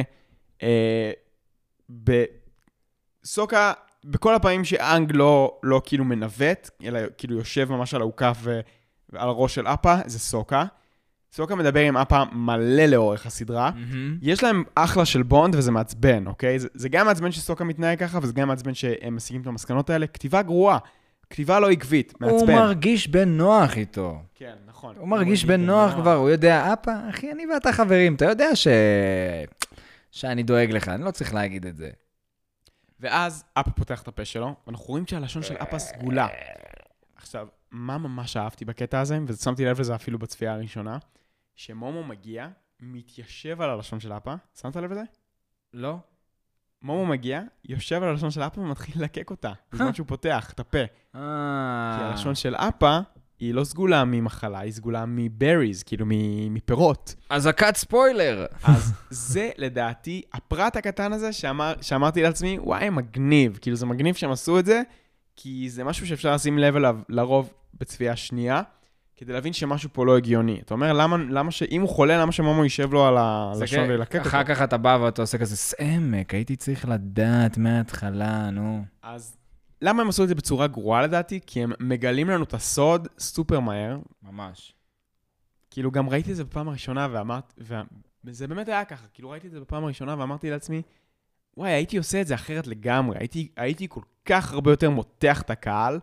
סוקה, בכל הפעמים שאנג לא כאילו מנווט, אלא כאילו יושב ממש על העוקף ועל הראש של אפה, זה סוקה. סוקה מדבר עם אפה מלא לאורך הסדרה. יש להם אחלה של בונד וזה מעצבן, אוקיי? זה גם מעצבן שסוקה מתנהג ככה, וזה גם מעצבן שהם משיגים את המסקנות האלה. כתיבה גרועה, כתיבה לא עקבית, מעצבן. הוא מרגיש בנוח איתו. כן, נכון. הוא מרגיש בנוח כבר, הוא יודע, אפה, אחי, אני ואתה חברים, אתה יודע שאני דואג לך, אני לא צריך להגיד את זה. ואז אפה פותח את הפה שלו, ואנחנו רואים שהלשון של אפה סגולה. עכשיו, מה ממש אהבתי בקטע הזה, ושמתי לב לזה אפילו בצפייה הראשונה, שמומו מגיע, מתיישב על הלשון של אפה. שמת לב לזה? לא. מומו מגיע, יושב על הלשון של אפה ומתחיל לקק אותה, בזמן שהוא פותח את הפה. כי הלשון של אפה היא לא סגולה ממחלה, היא סגולה מבריז, כאילו מפירות. אזעקת ספוילר. אז זה לדעתי, הפרט הקטן הזה שאמרתי לעצמי, וואי, מגניב. כאילו זה מגניב שהם עשו את זה, כי זה משהו שאפשר לשים לב אליו לרוב בצפייה שנייה, כדי להבין שמשהו פה לא הגיוני. אתה אומר, למה שאם הוא חולה, למה שמומו יישב לו על הלשון ולקק אותו? אחר כך אתה בא ואתה עושה כזה סעמק, הייתי צריך לדעת מההתחלה, נו. אז למה הם עשו את זה בצורה גרועה לדעתי? כי הם מגלים לנו את הסוד סופר מהר. ממש. כאילו גם ראיתי את זה בפעם הראשונה וזה באמת היה ככה, כאילו ראיתי את זה בפעם הראשונה ואמרתי לעצמי, וואי, הייתי עושה את זה אחרת לגמרי, הייתי כל כך הרבה יותר מותח את הקהל,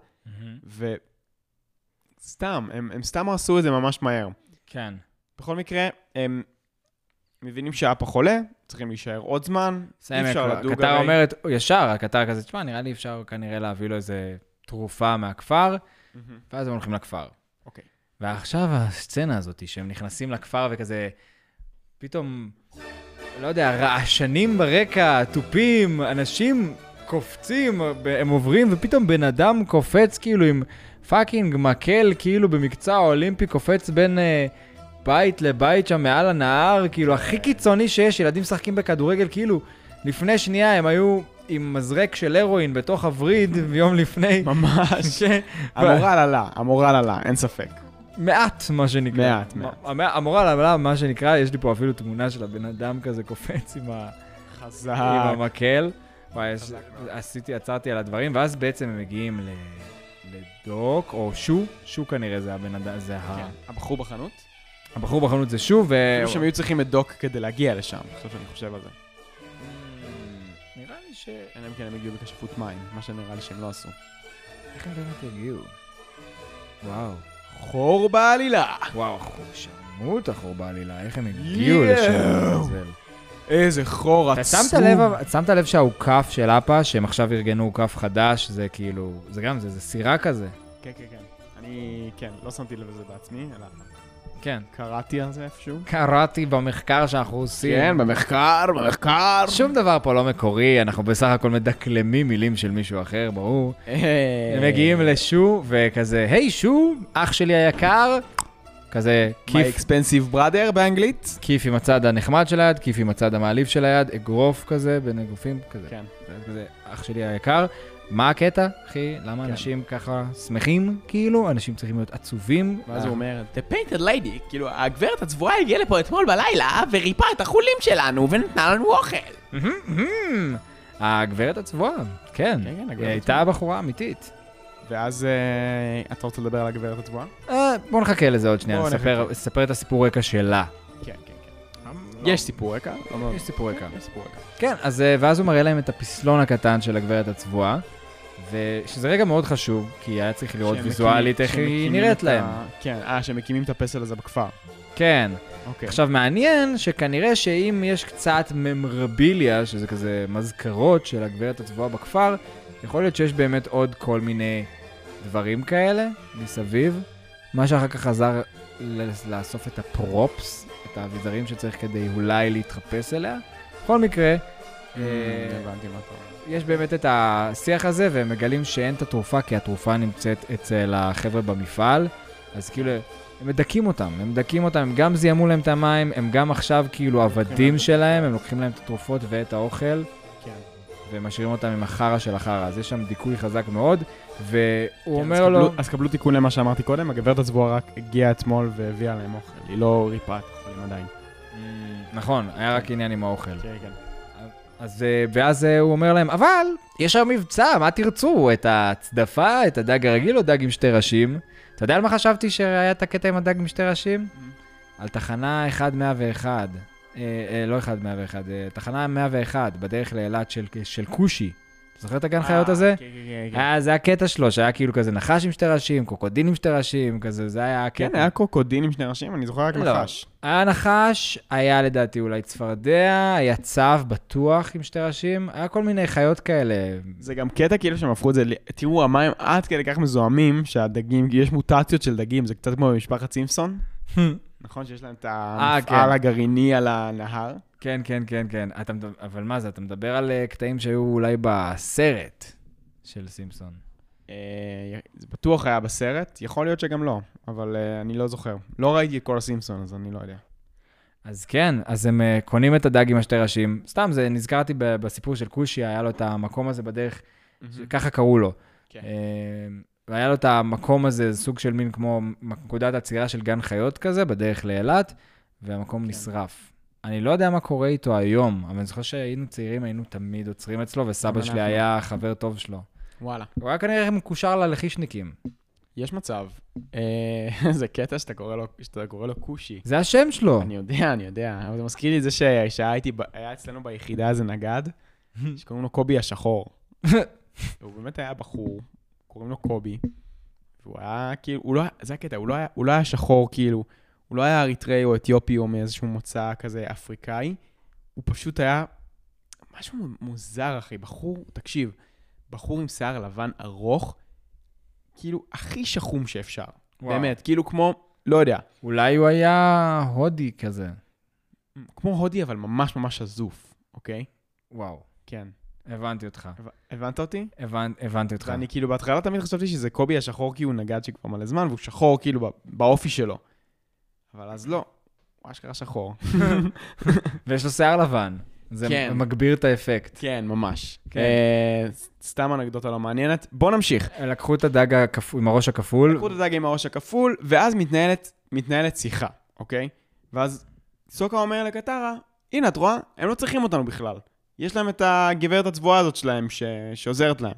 וסתם, הם סתם עשו את זה ממש מהר. כן. בכל מקרה, הם מבינים שאפה חולה, צריכים להישאר עוד זמן, אי אפשר לדוג. הקטר אומרת, ישר, הקטר כזה, תשמע, נראה לי אפשר כנראה להביא לו איזה תרופה מהכפר, ואז הם הולכים לכפר. אוקיי. ועכשיו הסצנה הזאת, שהם נכנסים לכפר וכזה, פתאום, לא יודע, רעשנים ברקע, טופים, אנשים קופצים, הם עוברים, ופתאום בן אדם קופץ כאילו עם פאקינג מקל, כאילו במקצוע האולימפי, קופץ בין בית לבית שם מעל הנהר, כאילו הכי קיצוני שיש, ילדים משחקים בכדורגל, כאילו לפני שנייה הם היו עם מזרק של הרואין בתוך הווריד, ויום לפני. ממש. המורל עלה, אין ספק. מעט, מה שנקרא. מעט. המורל עלה, מה שנקרא, יש לי פה אפילו תמונה של הבן אדם כזה קופץ עם המקל. וואי, עצרתי על הדברים, ואז בעצם הם מגיעים לדוק, או שו כנראה זה הבן אדם, זה הבחור בחנות? הבחור בחנות זה שו, שהם היו צריכים את דוק כדי להגיע לשם, עכשיו שאני חושב על זה. נראה לי ש... אין להם כן, הם הגיעו בכשפות מים, מה שנראה לי שהם לא עשו. איך הם באמת הגיעו? וואו. חור בעלילה. וואו, שמעו את החור בעלילה, איך הם הגיעו לשם? איזה חור עצום. שמת לב שהעוקף של אפה, שהם עכשיו ארגנו עוקף חדש, זה כאילו, זה גם, זה סירה כזה. כן. אני, לא שמתי לב לזה בעצמי, אלא... כן. קראתי על זה איפשהו. קראתי במחקר שאנחנו עושים. כן, במחקר. שום דבר פה לא מקורי, אנחנו בסך הכל מדקלמים מילים של מישהו אחר, ברור. הם מגיעים לשו, וכזה, היי שו, אח שלי היקר, כזה, My expensive brother באנגלית. כיף עם הצד הנחמד של היד, כיף עם הצד המעליב של היד, אגרוף כזה, בין אגרופים כזה. כן. כזה, אח שלי היקר. מה הקטע, אחי? למה אנשים ככה שמחים, כאילו? אנשים צריכים להיות עצובים. ואז הוא אומר, The painted lady, כאילו, הגברת הצבועה הגיעה לפה אתמול בלילה, וריפה את החולים שלנו, ונתנה לנו אוכל. הגברת הצבועה, כן. היא הייתה בחורה אמיתית. ואז אתה רוצה לדבר על הגברת הצבועה? בוא נחכה לזה עוד שנייה, נספר את הסיפור רקע שלה. כן. יש סיפור רקע. יש סיפור רקע. כן, אז ואז הוא מראה להם את הפסלון הקטן של הגברת הצבועה, ושזה רגע מאוד חשוב, כי היה צריך לראות שהם ויזואלית מקימים- איך היא שמקימים נראית את להם. כן, שמקימים את הפסל הזה בכפר. כן. אוקיי. עכשיו מעניין שכנראה שאם יש קצת ממרביליה, שזה כזה מזכרות של הגברת הצבועה בכפר, יכול להיות שיש באמת עוד כל מיני דברים כאלה מסביב. מה שאחר כך עזר לאסוף את הפרופס, את האביזרים שצריך כדי אולי להתחפש אליה. בכל מקרה, הבנתי מה אתה אומר. יש באמת את השיח הזה, והם מגלים שאין את התרופה, כי התרופה נמצאת אצל החבר'ה במפעל, אז כאילו, הם מדכים אותם, הם גם זיהמו להם את המים, הם גם עכשיו כאילו עבדים שלהם, הם לוקחים להם את התרופות ואת האוכל, כן. ומשאירים אותם עם החרא של החרא, אז יש שם דיכוי חזק מאוד, והוא כן, אומר לו... אז קבלו תיקון למה שאמרתי קודם, הגברת הצבועה רק הגיעה אתמול והביאה להם אוכל, היא לא ריפאה את החולים עדיין. נכון, היה רק עניין עם האוכל. כן, כן. אז ואז הוא אומר להם, אבל יש היום מבצע, מה תרצו? את הצדפה, את הדג הרגיל או דג עם שתי ראשים? אתה יודע על מה חשבתי שהיה את הקטע עם הדג עם שתי ראשים? על תחנה 1101. לא 1101, תחנה 101, בדרך לאילת של קושי. אתה זוכר את הגן חיות הזה? כן, כן, כן. זה הקטע שלו, שהיה כאילו כזה נחש עם שתי ראשים, קוקודין עם שתי ראשים, כזה, זה היה הקטע. כן, היה קוקודין עם שני ראשים, אני זוכר רק נחש. היה נחש, היה לדעתי אולי צפרדע, היה צב בטוח עם שתי ראשים, היה כל מיני חיות כאלה. זה גם קטע כאילו שהם הפכו את זה, תראו, המים עד כדי כך מזוהמים, שהדגים, יש מוטציות של דגים, זה קצת כמו במשפחת סימפסון. נכון שיש להם את המפעל הגרעיני על הנהר. כן, כן, כן, כן. אבל מה זה, אתה מדבר על קטעים שהיו אולי בסרט של סימפסון. זה בטוח היה בסרט, יכול להיות שגם לא, אבל אני לא זוכר. לא ראיתי את כל הסימפסון, אז אני לא יודע. אז כן, אז הם קונים את הדג עם השתי ראשים. סתם, זה נזכרתי בסיפור של קושי, היה לו את המקום הזה בדרך, ככה קראו לו. כן. והיה לו את המקום הזה, סוג של מין כמו נקודת עצירה של גן חיות כזה, בדרך לאילת, והמקום נשרף. אני לא יודע מה קורה איתו היום, אבל אני זוכר שהיינו צעירים, היינו תמיד עוצרים אצלו, וסבא שלי היה חבר טוב שלו. וואלה. הוא היה כנראה מקושר ללחישניקים. יש מצב. זה קטע שאתה קורא לו קושי. זה השם שלו. אני יודע. אבל זה מזכיר לי את זה שהיה אצלנו ביחידה איזה נגד, שקוראים לו קובי השחור. הוא באמת היה בחור, קוראים לו קובי, והוא היה כאילו, זה הקטע, הוא לא היה שחור כאילו, הוא לא היה אריתראי או אתיופי או מאיזשהו מוצא כזה אפריקאי, הוא פשוט היה משהו מוזר, אחי. בחור, תקשיב, בחור עם שיער לבן ארוך, כאילו הכי שחום שאפשר. באמת, כאילו כמו, לא יודע. אולי הוא היה הודי כזה. כמו הודי, אבל ממש ממש עזוף, אוקיי? וואו. כן. הבנתי אותך. הבנת אותי? הבנתי אותך. ואני כאילו בהתחלה תמיד חשבתי שזה קובי השחור, כי הוא נגד שכבר מלא זמן, והוא שחור כאילו באופי שלו. אבל אז לא, הוא אשכרה שחור. ויש לו שיער לבן. זה מגביר את האפקט. כן, ממש. סתם אנקדוטה לא מעניינת. בוא נמשיך. לקחו את הדג עם הראש הכפול. לקחו את הדג עם הראש הכפול, ואז מתנהלת שיחה, אוקיי? ואז סוקה אומר לקטרה, הנה, את רואה? הם לא צריכים אותנו בכלל. יש להם את הגברת הצבועה הזאת שלהם שעוזרת להם.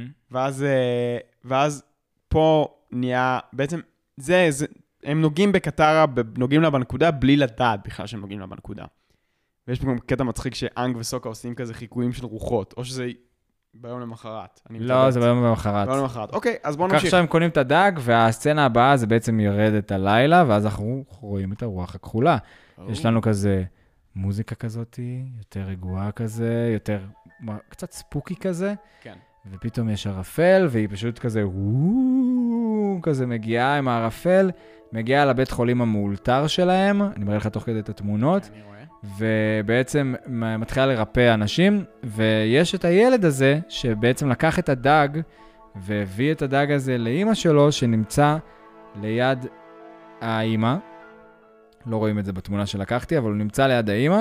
ואז פה נהיה, בעצם הם נוגעים בקטרה, נוגעים לה בנקודה, בלי לדעת בכלל שהם נוגעים לה בנקודה. ויש פה גם קטע מצחיק שאנג וסוקה עושים כזה חיקויים של רוחות, או שזה ביום למחרת. לא, זה ביום למחרת. ביום למחרת. אוקיי, אז בואו נמשיך. כך שהם קונים את הדג, והסצנה הבאה זה בעצם ירדת הלילה, ואז אנחנו רואים את הרוח הכחולה. יש לנו כזה מוזיקה כזאת, יותר רגועה כזה, יותר קצת ספוקי כזה. כן. ופתאום יש ערפל, והיא פשוט כזה, כזה מגיעה עם הערפל, מגיעה לבית חולים המאולתר שלהם, אני מראה לך תוך כדי את התמונות, ובעצם מתחילה לרפא אנשים, ויש את הילד הזה, שבעצם לקח את הדג, והביא את הדג הזה לאמא שלו, שנמצא ליד האמא, לא רואים את זה בתמונה שלקחתי, אבל הוא נמצא ליד האמא,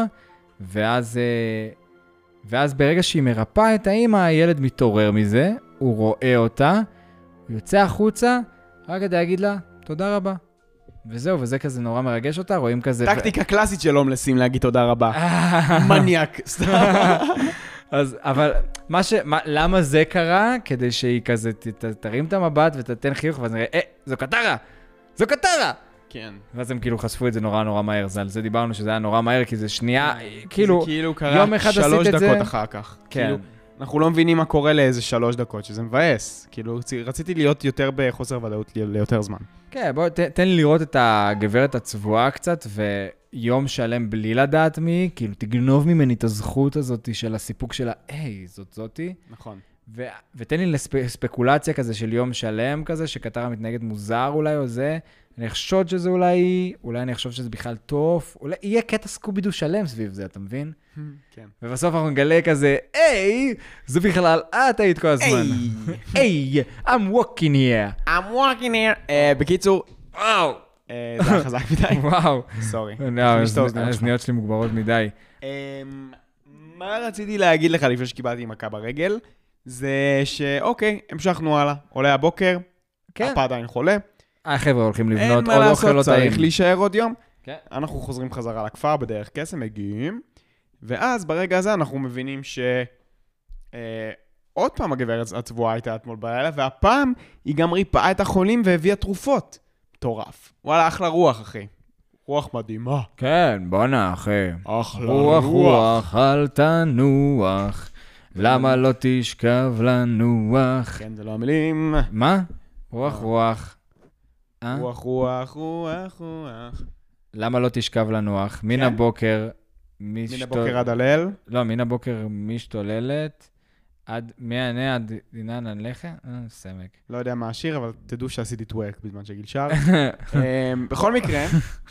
ואז ברגע שהיא מרפאה את האמא, הילד מתעורר מזה, הוא רואה אותה, הוא יוצא החוצה, רק כדי להגיד לה, תודה רבה. וזהו, וזה כזה נורא מרגש אותה, רואים כזה... טקטיקה קלאסית של הומלסים להגיד תודה רבה. מניאק, סתם. אז, אבל, למה זה קרה? כדי שהיא כזה תרים את המבט ותתן חיוך, ואז נראה, זו קטרה! זו קטרה! כן. ואז הם כאילו חשפו את זה נורא נורא מהר, על זה דיברנו שזה היה נורא מהר, כי זה שנייה, כאילו, יום אחד עשית את זה. 3 דקות אחר כך. כן. אנחנו לא מבינים מה קורה לאיזה 3 דקות, שזה מבאס. כאילו, רציתי להיות יותר בחוסר ודאות ליותר זמן. כן, בוא, תן לי לראות את הגברת הצבועה קצת, ויום שלם בלי לדעת מי, כאילו, תגנוב ממני את הזכות הזאת של הסיפוק שלה, היי, זאתי. נכון. ותן לי לספקולציה כזה של יום שלם כזה, שקטרה מתנהגת מוזר אולי או זה, אני אחשוד שזה אולי אני אחשוב שזה בכלל טוב, אולי יהיה קטע סקובידו שלם סביב זה, אתה מבין? כן. ובסוף אנחנו נגלה כזה, היי, זה בכלל, את היית כל הזמן. היי, I'm walking here. I'm walking here. בקיצור, וואו. זה היה חזק מדי. וואו. סורי. האזניות שלי מוגברות מדי. מה רציתי להגיד לך לפני שקיבלתי מכה ברגל? זה שאוקיי, המשכנו הלאה. עולה הבוקר, אפה עדיין חולה. חבר'ה הולכים לבנות עוד עוד אוכל, אוכל לא טעים. צריך להישאר עוד יום. כן. אנחנו חוזרים חזרה לכפר בדרך קסם, מגיעים, ואז ברגע הזה אנחנו מבינים עוד פעם הגברת הצבועה הייתה אתמול בלילה, והפעם היא גם ריפאה את החולים והביאה תרופות. מטורף. וואלה, אחלה רוח, אחי. רוח מדהימה. כן, בואנה, אחי. אחלה רוח, רוח, אל תנוח. למה לא תשכב לנוח? כן, זה לא המילים. מה? רוח, רוח. רוח, רוח, רוח, רוח. למה לא תשכב לנוח? מן הבוקר מן הבוקר עד הליל? לא, מן הבוקר משתוללת. עד מענה עד דינן הנלכה? סמק. לא יודע מה השיר, אבל תדעו שעשיתי טוורק בזמן שגיל שר. בכל מקרה,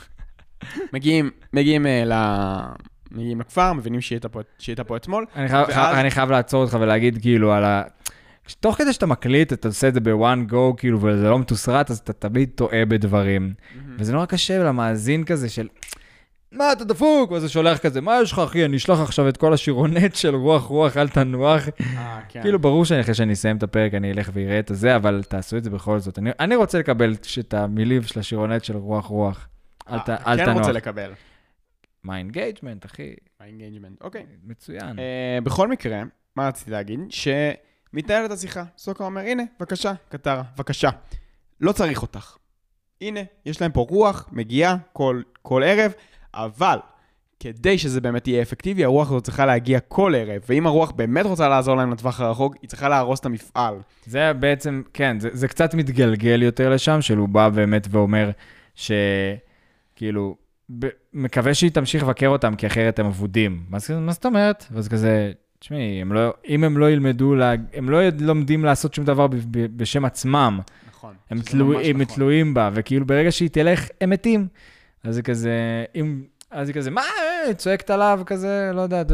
מגיעים לכפר, מבינים שהייתה פה אתמול. אני חייב לעצור אותך ולהגיד כאילו על ה... תוך כדי שאתה מקליט, אתה עושה את זה ב-one go, כאילו, וזה לא מתוסרט, אז אתה תמיד טועה בדברים. וזה נורא קשה למאזין כזה של, מה, אתה דפוק? ואז הוא שולח כזה, מה יש לך, אחי? אני אשלח עכשיו את כל השירונט של רוח, רוח, אל תנוח. כאילו, ברור אחרי שאני אסיים את הפרק, אני אלך ויראה את זה, אבל תעשו את זה בכל זאת. אני רוצה לקבל את המילים של השירונט של רוח, רוח, אל תנוח. כן רוצה לקבל. מה האינגייג'מנט, אחי? מה האינגייג'מנט, אוקיי. מצוין. בכל מקרה, מה רציתי להגיד? מתנהלת השיחה. סוקה אומר, הנה, בבקשה, קטרה, בבקשה. לא צריך אותך. הנה, יש להם פה רוח, מגיעה כל ערב, אבל כדי שזה באמת יהיה אפקטיבי, הרוח הזאת צריכה להגיע כל ערב, ואם הרוח באמת רוצה לעזור להם לטווח הרחוק, היא צריכה להרוס את המפעל. זה בעצם, כן, זה קצת מתגלגל יותר לשם, שהוא בא באמת ואומר שכאילו, מקווה שהיא תמשיך לבקר אותם, כי אחרת הם עבודים. מה זאת אומרת? ואז כזה... תשמעי, אם הם לא ילמדו, הם לא לומדים לעשות שום דבר בשם עצמם. נכון. הם תלויים בה, וכאילו ברגע שהיא תלך, הם מתים. אז זה כזה, מה, צועקת עליו כזה, לא יודע,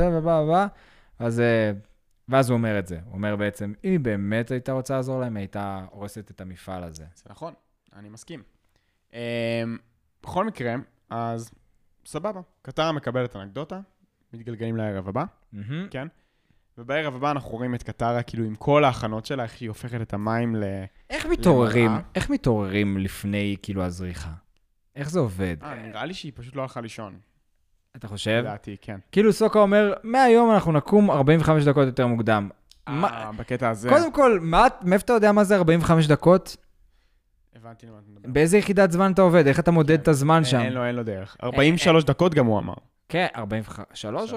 ואז הוא אומר את זה. הוא אומר בעצם, אם היא באמת הייתה רוצה לעזור להם, היא הייתה הורסת את המפעל הזה. זה נכון, אני מסכים. בכל מקרה, אז סבבה. קטרה מקבלת אנקדוטה, מתגלגלים לערב הבא, כן? ובערב הבא אנחנו רואים את קטרה, כאילו עם כל ההכנות שלה, איך היא הופכת את המים איך מתעוררים לפני כאילו הזריחה? איך זה עובד? נראה לי שהיא פשוט לא הלכה לישון. אתה חושב? לדעתי, כן. כאילו סוקה אומר, מהיום אנחנו נקום 45 דקות יותר מוקדם. בקטע הזה. קודם כל, מאיפה אתה יודע מה זה 45 דקות? הבנתי למה אתה מדבר. באיזה יחידת זמן אתה עובד? איך אתה מודד את הזמן שם? אין לו דרך. 43 דקות גם הוא אמר. כן, 43?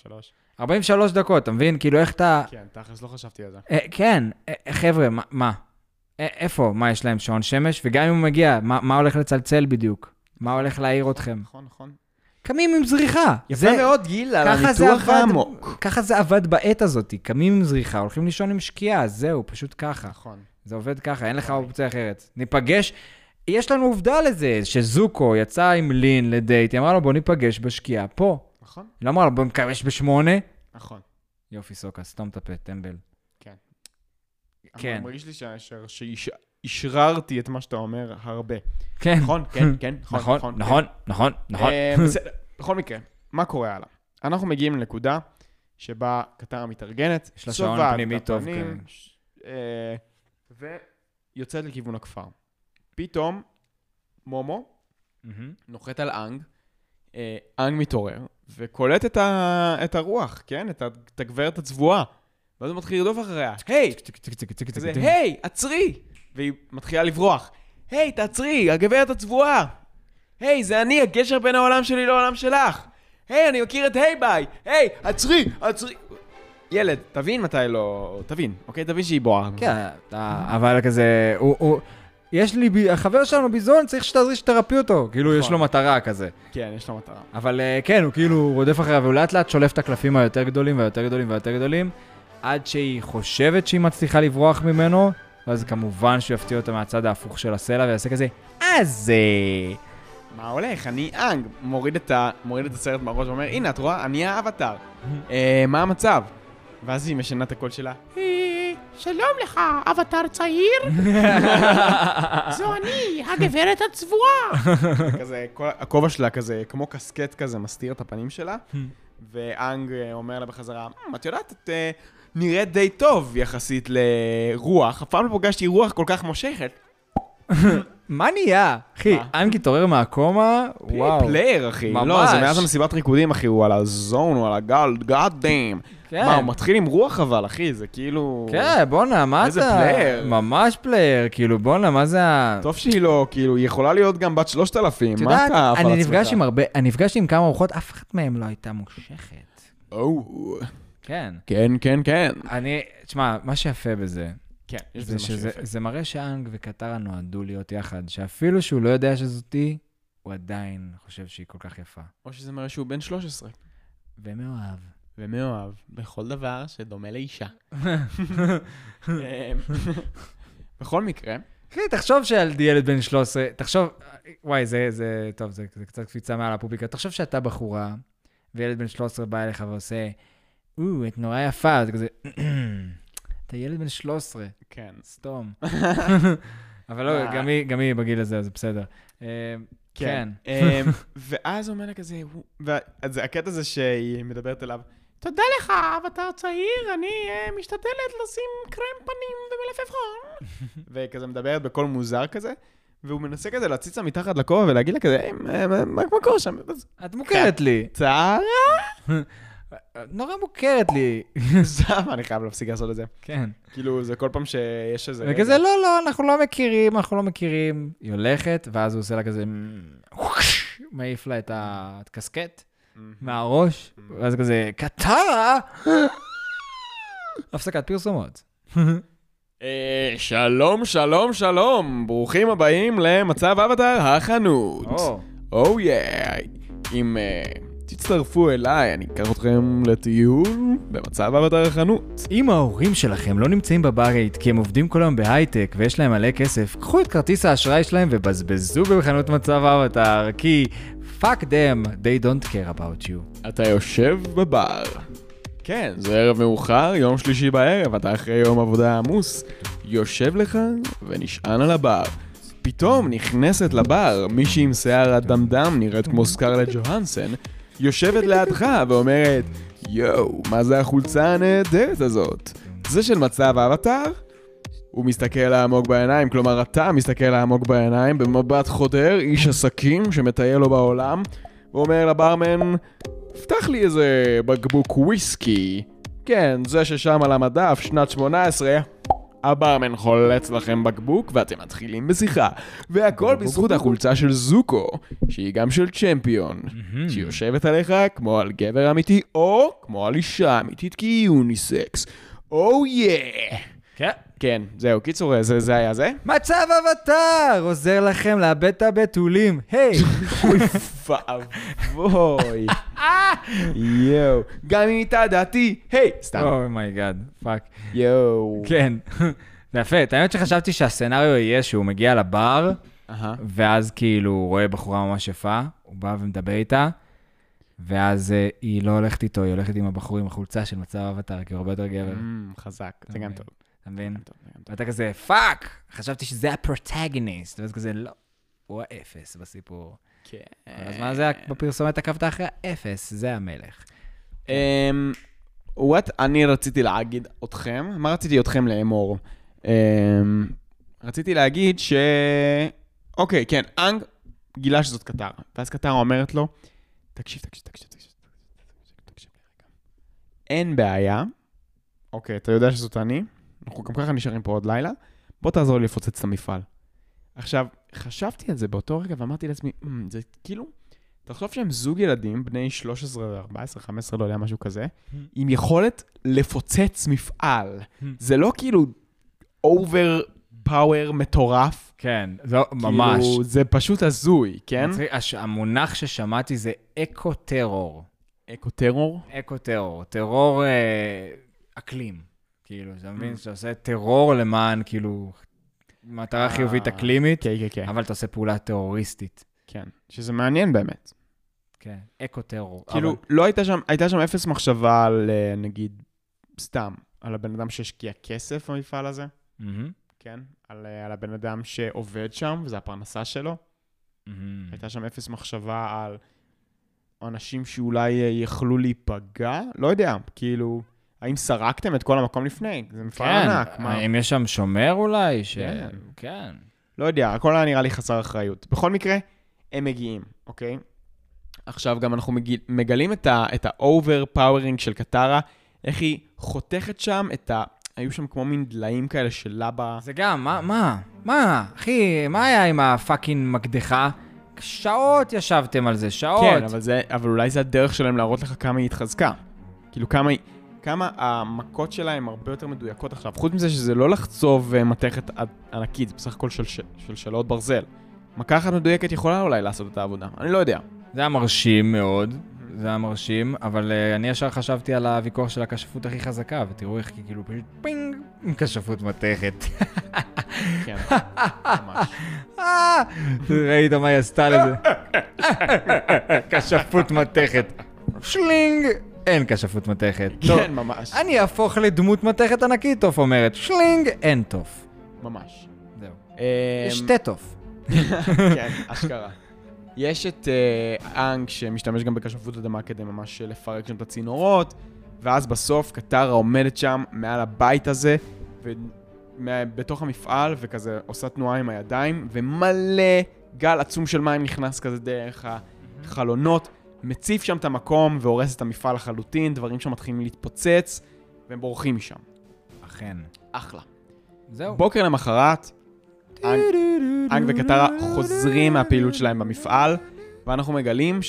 43 דקות, אתה מבין? כאילו איך אתה... כן, תכלס לא חשבתי על זה. כן, חבר'ה, מה? איפה? מה, יש להם שעון שמש? וגם אם הוא מגיע, מה הולך לצלצל בדיוק? מה הולך להעיר אתכם? נכון. קמים עם זריחה. יפה מאוד, גיל, על הניתוח העמוק. ככה זה עבד בעת הזאת. קמים עם זריחה, הולכים לישון עם שקיעה, זהו, פשוט ככה. נכון. זה עובד ככה, אין לך אופציה אחרת. ניפגש, יש לנו עובדה לזה, שזוקו יצא עם לין לדייט, היא אמרה לו, בוא ניפגש בשקיעה פה. נכון. היא לא אמרה לו, בוא נקבש ב8. נכון. יופי, סוקה, סתום את הפה, טמבל. כן. כן. אני מרגיש לי שהשררתי את מה שאתה אומר הרבה. כן. נכון, כן. נכון. בסדר. בכל מקרה, מה קורה הלאה? אנחנו מגיעים לנקודה שבה קטרה מתארגנת, יש לה שעון פנימי טוב, כן. ויוצאת לכיוון הכפר. פתאום, מומו נוחת על אנג, אנג מתעורר, וקולט את הרוח, כן? את הגברת הצבועה. ואז הוא מתחיל לרדוף אחריה. היי, עצרי! והיא מתחילה לברוח. היי, תעצרי, הגברת הצבועה! היי, זה אני, הגשר בין העולם שלי לעולם שלך! היי, אני מכיר את היי ביי! היי, עצרי! ילד, תבין מתי לא... תבין, אוקיי? תבין שהיא בועה. כן, אבל כזה, יש לי, החבר שלנו ביזון, צריך שתרפי אותו. כאילו, יש לו מטרה כזה. כן, יש לו מטרה. אבל כן, הוא כאילו רודף אחריה, והוא לאט לאט שולף את הקלפים היותר גדולים והיותר גדולים והיותר גדולים, עד שהיא חושבת שהיא מצליחה לברוח ממנו, ואז כמובן שהוא יפתיע אותה מהצד ההפוך של הסלע, ויעשה כזה, אז... מה הולך? אני אנג. מוריד את הסרט מהראש ואומר, הנה, את רואה? אני האבטר. מה המצב? ואז היא משנה את הקול שלה. שלום לך, אבטר צעיר. זו אני, הגברת הצבועה. כזה, הכובע שלה כזה, כמו קסקט כזה, מסתיר את הפנים שלה, ואנג אומר לה בחזרה, את יודעת, את נראית די טוב יחסית לרוח, אף פעם לא פוגשתי רוח כל כך מושכת. מה נהיה? אחי, אנג התעורר מהקומה, וואו. פלייר, אחי. ממש. לא, זה מאז המסיבת ריקודים, אחי, הוא על הזון, הוא על הגל, God damn. כן. מה, הוא מתחיל עם רוח אבל, אחי, זה כאילו... כן, בואנה, מה איזה אתה? פלייר. ממש פלייר, כאילו, בואנה, מה זה ה... טוב שהיא לא, כאילו, היא יכולה להיות גם בת 3,000, את מה יודעת, אתה עף על עצמך? אני נפגשתי עם כמה ארוחות, אף אחת מהן לא הייתה מושכת. כן. כן, כן, כן. תשמע, מה שיפה בזה, כן, יש בזה זה משהו יפה. שזה מראה שאנג וקטרה נועדו להיות יחד, שאפילו שהוא לא יודע שזאתי, הוא עדיין חושב שהיא כל כך יפה. או שזה מראה שהוא בן 13. ומאוהב. ומאוהב בכל דבר שדומה לאישה. בכל מקרה, אחי, תחשוב שעל ילד בן 13, תחשוב, וואי, זה, טוב, זה קצת קפיצה מעל הפובליקה, תחשוב שאתה בחורה, וילד בן 13 בא אליך ועושה, את נורא יפה, זה כזה, אתה ילד בן 13. כן. סתום. אבל לא, גם היא בגיל הזה, זה בסדר. כן. ואז הוא אומר לה כזה, הקטע הזה שהיא מדברת אליו, תודה לך, אבטר צעיר, אני משתדלת לשים קרם פנים ומלפף חום. וכזה מדברת בקול מוזר כזה, והוא מנסה כזה להציץ לה מתחת לכובע ולהגיד לה כזה, מה קורה שם? את מוכרת לי. צערה? נורא מוכרת לי. זמה, אני חייב להפסיק לעשות את זה. כן. כאילו, זה כל פעם שיש איזה... וכזה, לא, אנחנו לא מכירים. היא הולכת, ואז הוא עושה לה כזה, מעיף לה את הקסקט מהראש, ואז כזה, קטרה! הפסקת פרסומות. שלום, שלום, שלום. ברוכים הבאים למצב אבטר החנות. או יא. אם תצטרפו אליי, אני אקח אתכם לטיול במצב אבטר החנות. אם ההורים שלכם לא נמצאים בבית כי הם עובדים כל היום בהייטק ויש להם מלא כסף, קחו את כרטיס האשראי שלהם ובזבזו בחנות מצב אבטר, כי fuck them, they don't care about you. אתה יושב בבר. כן, זה ערב מאוחר, יום שלישי בערב, אתה אחרי יום עבודה עמוס. יושב לך ונשען על הבר. פתאום נכנסת לבר, מישהי עם שיער אדמדם נראית כמו סקרלט ג'והנסן, יושבת לידך ואומרת, יואו, מה זה החולצה הנהדרת הזאת? זה של מצב אבטר? הוא מסתכל לעמוק בעיניים, כלומר אתה מסתכל לעמוק בעיניים, במבט חודר, איש עסקים שמטייל לו בעולם, ואומר לברמן, פתח לי איזה בקבוק וויסקי. כן, זה ששם על המדף, שנת 18, הברמן חולץ לכם בקבוק ואתם מתחילים בשיחה. והכל בזכות החולצה של זוקו, שהיא גם של צ'מפיון, שהיא יושבת עליך כמו על גבר אמיתי, או כמו על אישה אמיתית, כי היא יוניסקס. או יא! כן, זהו, קיצור, זה היה זה. מצב אבטר! עוזר לכם לאבד את הבתולים. היי! אוי פאבוי. יואו. גם אם איתה דעתי, היי! סתם. אוי מייגאד, פאק. יואו. כן. זה יפה. האמת שחשבתי שהסצנריו יהיה שהוא מגיע לבר, ואז כאילו הוא רואה בחורה ממש יפה, הוא בא ומדבר איתה, ואז היא לא הולכת איתו, היא הולכת עם הבחור עם החולצה של מצב אבטר, כי הוא הרבה יותר גבר. חזק, זה גם טוב. אתה מבין? ואתה כזה, פאק! חשבתי שזה הפרוטגניסט, ואז כזה, לא, הוא האפס בסיפור. כן. אז מה זה בפרסומת עקבת אחרי האפס? זה המלך. אני רציתי להגיד אתכם, מה רציתי אתכם לאמור? רציתי להגיד אוקיי, כן, אנג גילה שזאת קטרה, ואז קטרה אומרת לו, תקשיב לרגע. אין בעיה, אוקיי, אתה יודע שזאת אני? אנחנו גם ככה נשארים פה עוד לילה, בוא תעזור לי לפוצץ את המפעל. עכשיו, חשבתי על זה באותו רגע ואמרתי לעצמי, זה כאילו, תחשוב שהם זוג ילדים, בני 13, 14, 15, לא יודע, משהו כזה, עם יכולת לפוצץ מפעל. זה לא כאילו אובר פאוור מטורף. כן, זה ממש. כאילו, זה פשוט הזוי, כן? המונח ששמעתי זה אקו-טרור. אקו-טרור? אקו-טרור. טרור אקלים. כאילו, אתה מבין? שאתה עושה טרור למען, כאילו, מטרה חיובית אקלימית, כן, כן, כן. אבל אתה עושה פעולה טרוריסטית. כן, שזה מעניין באמת. כן, אקו-טרור. כאילו, לא הייתה שם אפס מחשבה על, נגיד, סתם, על הבן אדם שהשקיע כסף במפעל הזה, כן? על הבן אדם שעובד שם, וזו הפרנסה שלו. הייתה שם אפס מחשבה על אנשים שאולי יכלו להיפגע, לא יודע, כאילו, האם סרקתם את כל המקום לפני? זה מפעל ענק. כן, האם יש שם שומר אולי? כן. לא יודע, הכל היה נראה לי חסר אחריות. בכל מקרה, הם מגיעים, אוקיי? עכשיו גם אנחנו מגלים את ה-overpowering של קטרה, איך היא חותכת שם היו שם כמו מין דליים כאלה של לבה. זה גם, מה? אחי, מה היה עם הפאקינג מקדחה? שעות ישבתם על זה, שעות. כן, אבל אולי זה הדרך שלהם להראות לך כמה היא התחזקה. כאילו כמה המכות שלהם הרבה יותר מדויקות עכשיו. חוץ מזה שזה לא לחצוב מתכת ענקית, זה בסך הכל של שלאות ברזל. מכה אחת מדויקת יכולה אולי לעשות את העבודה, אני לא יודע. זה היה מרשים מאוד, זה היה מרשים, אבל אני ישר חשבתי על הוויכוח של הכשפות הכי חזקה, ותראו איך כאילו פשוט פינג, עם כשפות מתכת. כן, ממש. ראית מה היא עשתה לזה? כשפות מתכת. שלינג! אין כשפות מתכת. כן, ממש. אני אהפוך לדמות מתכת ענקית, טוב אומרת. שלינג! אין טוב. ממש. זהו. שתי טוב. כן, אשכרה. יש את אנג שמשתמש גם בכשפות אדמה כדי ממש לפרק שם את הצינורות, ואז בסוף קטרה עומדת שם מעל הבית הזה, בתוך המפעל, וכזה עושה תנועה עם הידיים, ומלא גל עצום של מים נכנס כזה דרך החלונות, מציף שם את המקום והורס את המפעל לחלוטין, דברים שם מתחילים להתפוצץ, והם בורחים משם. אכן. אחלה. זהו. בוקר למחרת, אנג וקטרה חוזרים מהפעילות שלהם במפעל, ואנחנו מגלים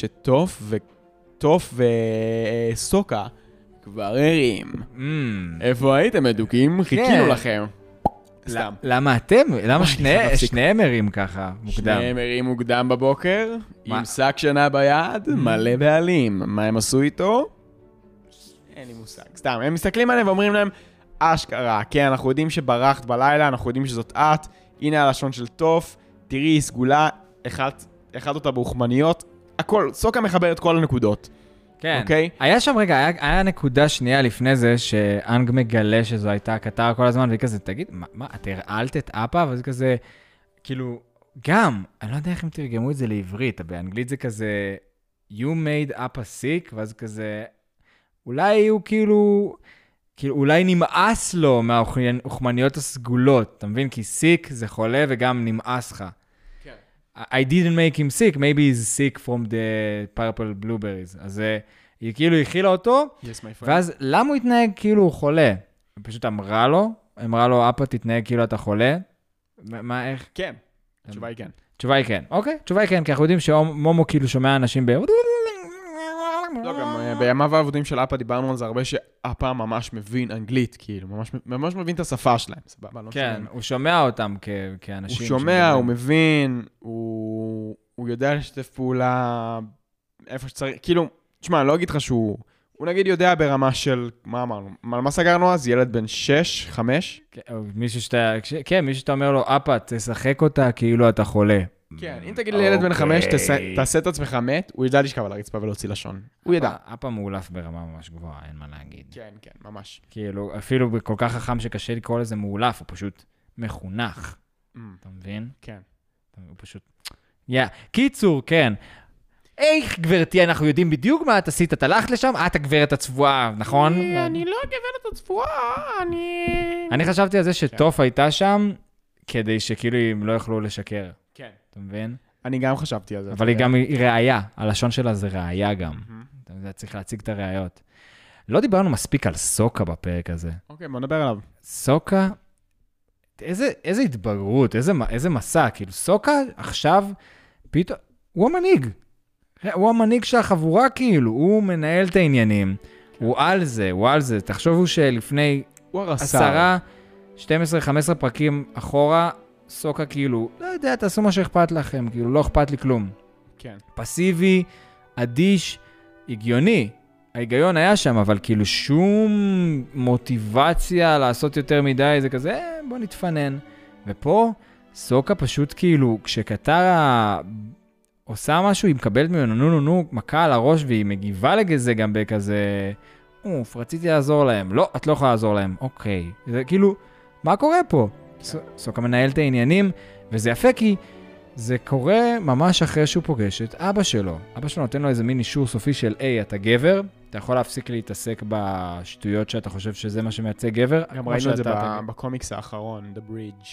שטוף וסוקה כבר ערים. איפה הייתם מדוקים? חיכינו לכם. סתם. למה אתם? למה שניהם ערים ככה מוקדם? שניהם ערים מוקדם בבוקר, עם שק שינה ביד, מלא בעלים. מה הם עשו איתו? אין לי מושג. סתם, הם מסתכלים עליהם ואומרים להם, אשכרה, כן, אנחנו יודעים שברחת בלילה, אנחנו יודעים שזאת את, הנה הלשון של טוף, תראי, היא סגולה, אחד אותה באוכמניות, הכל, סוקה מחבר את כל הנקודות. כן. אוקיי? היה שם רגע, היה נקודה שנייה לפני זה, שאנג מגלה שזו הייתה קטרה כל הזמן, והיא כזה, תגיד, מה, את הרעלת את אפה? וזה כזה, כאילו, גם, אני לא יודע איך הם תרגמו את זה לעברית, באנגלית זה כזה, you made Appa sick, ואז כזה, אולי הוא כאילו אולי נמאס לו מהאוכמניות הסגולות, אתה מבין? כי sick זה חולה וגם נמאס לך. כן. I didn't make him sick, maybe he's sick from the purple blueberries. אז היא כאילו הכילה אותו, Yes, my friend. ואז למה הוא התנהג כאילו הוא חולה? היא פשוט אמרה לו, אפה תתנהג כאילו אתה חולה. מה, איך? כן, התשובה היא כן. תשובה היא כן. אוקיי, תשובה היא כן, כי אנחנו יודעים שמומו כאילו שומע אנשים לא, גם בימיו העבודים של אפה דיברנו על זה הרבה שאפה ממש מבין אנגלית, כאילו, ממש מבין את השפה שלהם, סבבה? כן, הוא שומע אותם כאנשים. הוא שומע, הוא מבין, הוא יודע לשתף פעולה איפה שצריך, כאילו, תשמע, אני לא אגיד לך שהוא נגיד יודע ברמה של, מה אמרנו? על מה סגרנו אז? ילד בן 6, 5? מישהו שאתה אומר לו, אפה, תשחק אותה כאילו אתה חולה. כן, אם תגיד לילד בן 5, תעשה את עצמך מת, הוא ידע לשכב על הרצפה ולהוציא לשון. הוא ידע. אפה מאולף ברמה ממש גבוהה, אין מה להגיד. כן, כן, ממש. כאילו, אפילו בכל כך חכם שקשה לקרוא לזה מאולף, הוא פשוט מחונך. אתה מבין? כן. הוא פשוט... קיצור, כן. איך, גברתי, אנחנו יודעים בדיוק מה את עשית, את הלכת לשם, את הגברת הצבועה, נכון? אני לא הגברת הצבועה, אני חשבתי על זה שטוף הייתה שם, כדי שכאילו הם לא יוכלו לשקר. כן. אתה מבין? אני גם חשבתי על זה. אבל היא גם ראיה, הלשון שלה זה ראיה גם. אתה צריך להציג את הראיות. לא דיברנו מספיק על סוקה בפרק הזה. אוקיי, בוא נדבר עליו. סוקה, איזה התבגרות, איזה מסע, כאילו סוקה עכשיו, פתאום, הוא המנהיג. הוא המנהיג של החבורה כאילו, הוא מנהל את העניינים, הוא על זה. תחשבו שלפני הוא הרס"ר. 10, 12, 15 פרקים אחורה, סוקה כאילו, לא יודע, תעשו מה שאכפת לכם, כאילו, לא אכפת לי כלום. כן. פסיבי, אדיש, הגיוני. ההיגיון היה שם, אבל כאילו שום מוטיבציה לעשות יותר מדי, זה כזה, בוא נתפנן. ופה, סוקה פשוט כאילו, כשקטרה עושה משהו, היא מקבלת ממנו, נו, מכה על הראש, והיא מגיבה לזה גם בכזה, רציתי לעזור להם. לא, את לא יכולה לעזור להם. אוקיי. זה כאילו, מה קורה פה? סוקה מנהל את העניינים, וזה יפה כי זה קורה ממש אחרי שהוא פוגש את אבא שלו. אבא שלו נותן לו איזה מין אישור סופי של, אתה גבר, אתה יכול להפסיק להתעסק בשטויות שאתה חושב שזה מה שמייצג גבר. גם ראינו את זה בקומיקס האחרון, The Bridge.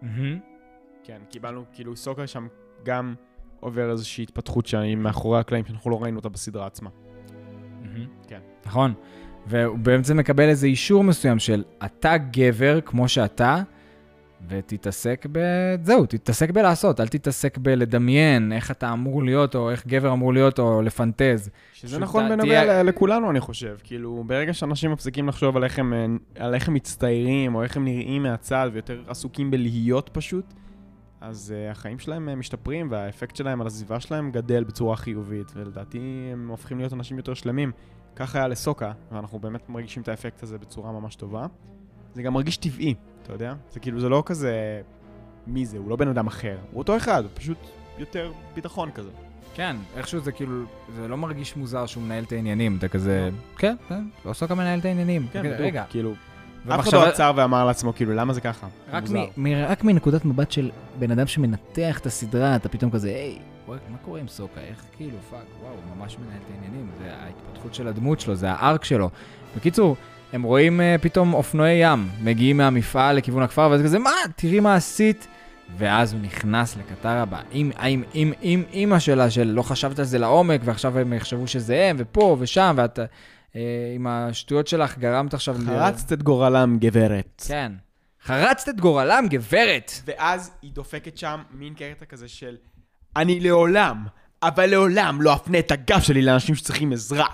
כן, קיבלנו, כאילו סוקה שם גם עובר איזושהי התפתחות שהיא מאחורי הקלעים, שאנחנו לא ראינו אותה בסדרה עצמה. כן. נכון. והוא בעצם מקבל איזה אישור מסוים של, אתה גבר כמו שאתה, ותתעסק תתעסק בלעשות, אל תתעסק בלדמיין איך אתה אמור להיות, או איך גבר אמור להיות, או לפנטז. שזה נכון בנוגע לכולנו, אני חושב. כאילו, ברגע שאנשים מפסיקים לחשוב על איך הם מצטיירים, או איך הם נראים מהצד, ויותר עסוקים בלהיות פשוט, אז החיים שלהם משתפרים, והאפקט שלהם על הסביבה שלהם גדל בצורה חיובית, ולדעתי הם הופכים להיות אנשים יותר שלמים. ככה היה לסוקה, ואנחנו באמת מרגישים את האפקט הזה בצורה ממש טובה. זה גם מרגיש טבעי, אתה יודע? זה כאילו, זה לא כזה, מי זה? הוא לא בן אדם אחר. הוא אותו אחד, הוא פשוט יותר ביטחון כזה. כן, איכשהו זה כאילו, זה לא מרגיש מוזר שהוא מנהל את העניינים, אתה כזה, כן, לא סוקה מנהל את העניינים. כן, רגע. כאילו, אף אחד לא עצר ואמר לעצמו, כאילו, למה זה ככה? רק מנקודת מבט של בן אדם שמנתח את הסדרה, אתה פתאום כזה, מה קורה עם סוקה? איך כאילו, פאק, וואו, הוא ממש מנהל את העניינים. זה ההתפתחות של הדמות שלו, זה הארק שלו. בקיצור, הם רואים פתאום אופנועי ים, מגיעים מהמפעל לכיוון הכפר, וזה כזה, מה? תראי מה עשית? ואז הוא נכנס לקטרה הבאה. עם אמא שלה של לא חשבת על זה לעומק, ועכשיו הם יחשבו שזה הם, ופה ושם, ואת עם השטויות שלך גרמת עכשיו... חרצת את גורלם, גברת. כן. חרצת את גורלם, גברת. ואז היא דופקת שם מין קטע כזה של, אני לעולם, אבל לעולם לא אפנה את הגב שלי לאנשים שצריכים עזרה.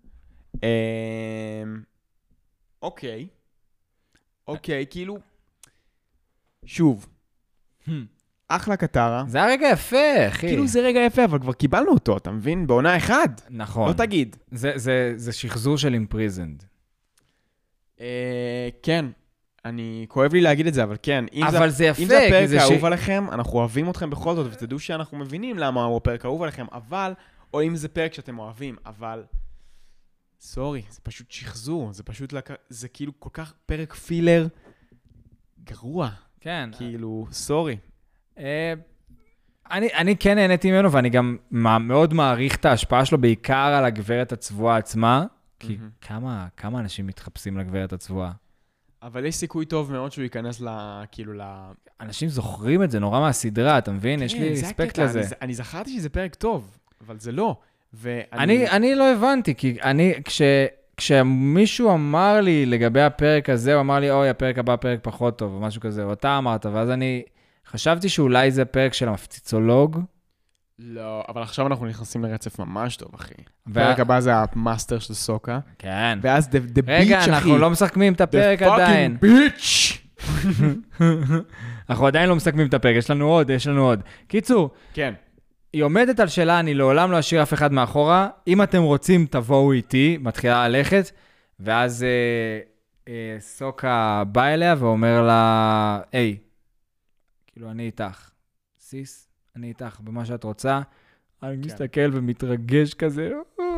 אוקיי, כאילו, שוב, אחלה קטרה. זה היה רגע יפה, אחי. כאילו זה רגע יפה, אבל כבר קיבלנו אותו, אתה מבין? בעונה אחד. נכון. לא תגיד. זה שחזור של אימפריזנד. כן, אני כואב לי להגיד את זה, אבל כן. אבל זה יפה. אם זה הפרק האהוב עליכם, אנחנו אוהבים אתכם בכל זאת, ותדעו שאנחנו מבינים למה הוא הפרק האהוב עליכם, אבל, או אם זה פרק שאתם אוהבים, אבל... סורי, זה פשוט שחזור, זה כאילו כל כך פרק פילר גרוע. כן. כאילו, סורי. אני כן נהניתי ממנו, ואני גם מאוד מעריך את ההשפעה שלו, בעיקר על הגברת הצבועה עצמה, כי כמה אנשים מתחפשים לגברת הצבועה. אבל יש סיכוי טוב מאוד שהוא ייכנס כאילו אנשים זוכרים את זה נורא מהסדרה, אתה מבין? יש לי רספקט לזה. אני זכרתי שזה פרק טוב, אבל זה לא. אני לא הבנתי, כי כשמישהו אמר לי לגבי הפרק הזה, הוא אמר לי, אוי, הפרק הבא פרק פחות טוב, או משהו כזה, או אתה אמרת, ואז אני חשבתי שאולי זה פרק של המפציצולוג. לא, אבל עכשיו אנחנו נכנסים לרצף ממש טוב, אחי. הפרק הבא זה המאסטר של סוקה. כן. ואז The Beach, אחי. רגע, אנחנו לא מסכמים את הפרק עדיין. The fucking bitch! אנחנו עדיין לא מסכמים את הפרק, יש לנו עוד. קיצור. כן. היא עומדת על שאלה, אני לעולם לא אשאיר אף אחד מאחורה. אם אתם רוצים, תבואו איתי, מתחילה ללכת, ואז סוקה בא אליה ואומר לה, היי, כאילו אני איתך. סיס, אני איתך במה שאת רוצה. אני מסתכל ומתרגש כזה.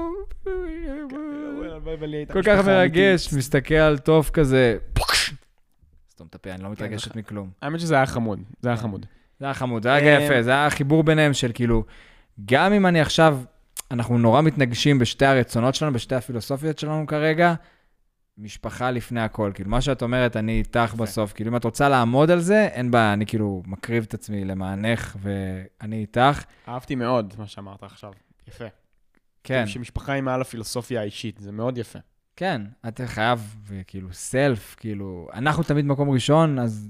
כל כך מרגש, מסתכל על טוב כזה. סתום את הפה, אני לא מתרגשת מכלום. האמת שזה היה חמוד, זה היה חמוד. זה היה יפה, זה היה חיבור ביניהם של כאילו, גם אם אני עכשיו, אנחנו נורא מתנגשים בשתי הרצונות שלנו, בשתי הפילוסופיות שלנו כרגע, משפחה לפני הכל, כאילו מה שאת אומרת, אני איתך בסוף, כאילו אם את רוצה לעמוד על זה, אין בעיה, אני כאילו מקריב את עצמי למענך, ואני איתך. אהבתי מאוד מה שאמרת עכשיו, יפה. כן. שמשפחה היא מעל הפילוסופיה האישית, זה מאוד יפה. כן, אתה חייב, כאילו סלף, כאילו, אנחנו תמיד מקום ראשון, אז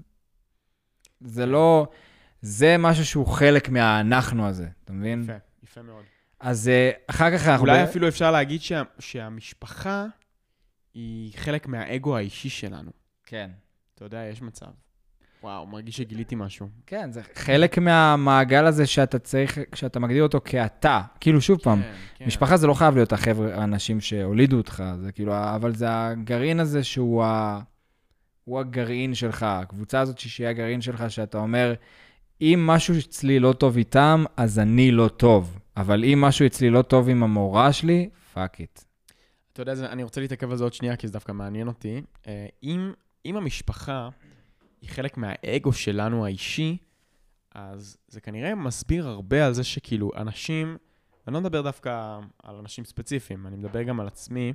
זה לא... זה משהו שהוא חלק מהאנחנו הזה, אתה מבין? יפה מאוד. אז אחר כך אנחנו... אולי אפילו אפשר להגיד שהמשפחה היא חלק מהאגו האישי שלנו. כן. אתה יודע, יש מצב. וואו, מרגיש שגיליתי משהו. כן, זה חלק מהמעגל הזה שאתה צריך, כשאתה מגדיר אותו כאתה. כאילו, שוב פעם, כן. משפחה זה לא חייב להיות האנשים שהולידו אותך, זה כאילו, אבל זה הגרעין הזה שהוא הוא הגרעין שלך, הקבוצה הזאת שהיא הגרעין שלך, שאתה אומר, אם משהו אצלי לא טוב איתם, אז אני לא טוב. אבל אם משהו אצלי לא טוב עם המורה שלי, fuck it. אתה יודע, אני רוצה להתעכב על זה עוד שנייה, כי זה דווקא מעניין אותי. אם המשפחה היא חלק מהאגו שלנו האישי, אז זה כנראה מסביר הרבה על זה שכאילו אנשים, אני לא מדבר דווקא על אנשים ספציפיים, אני מדבר גם על עצמי,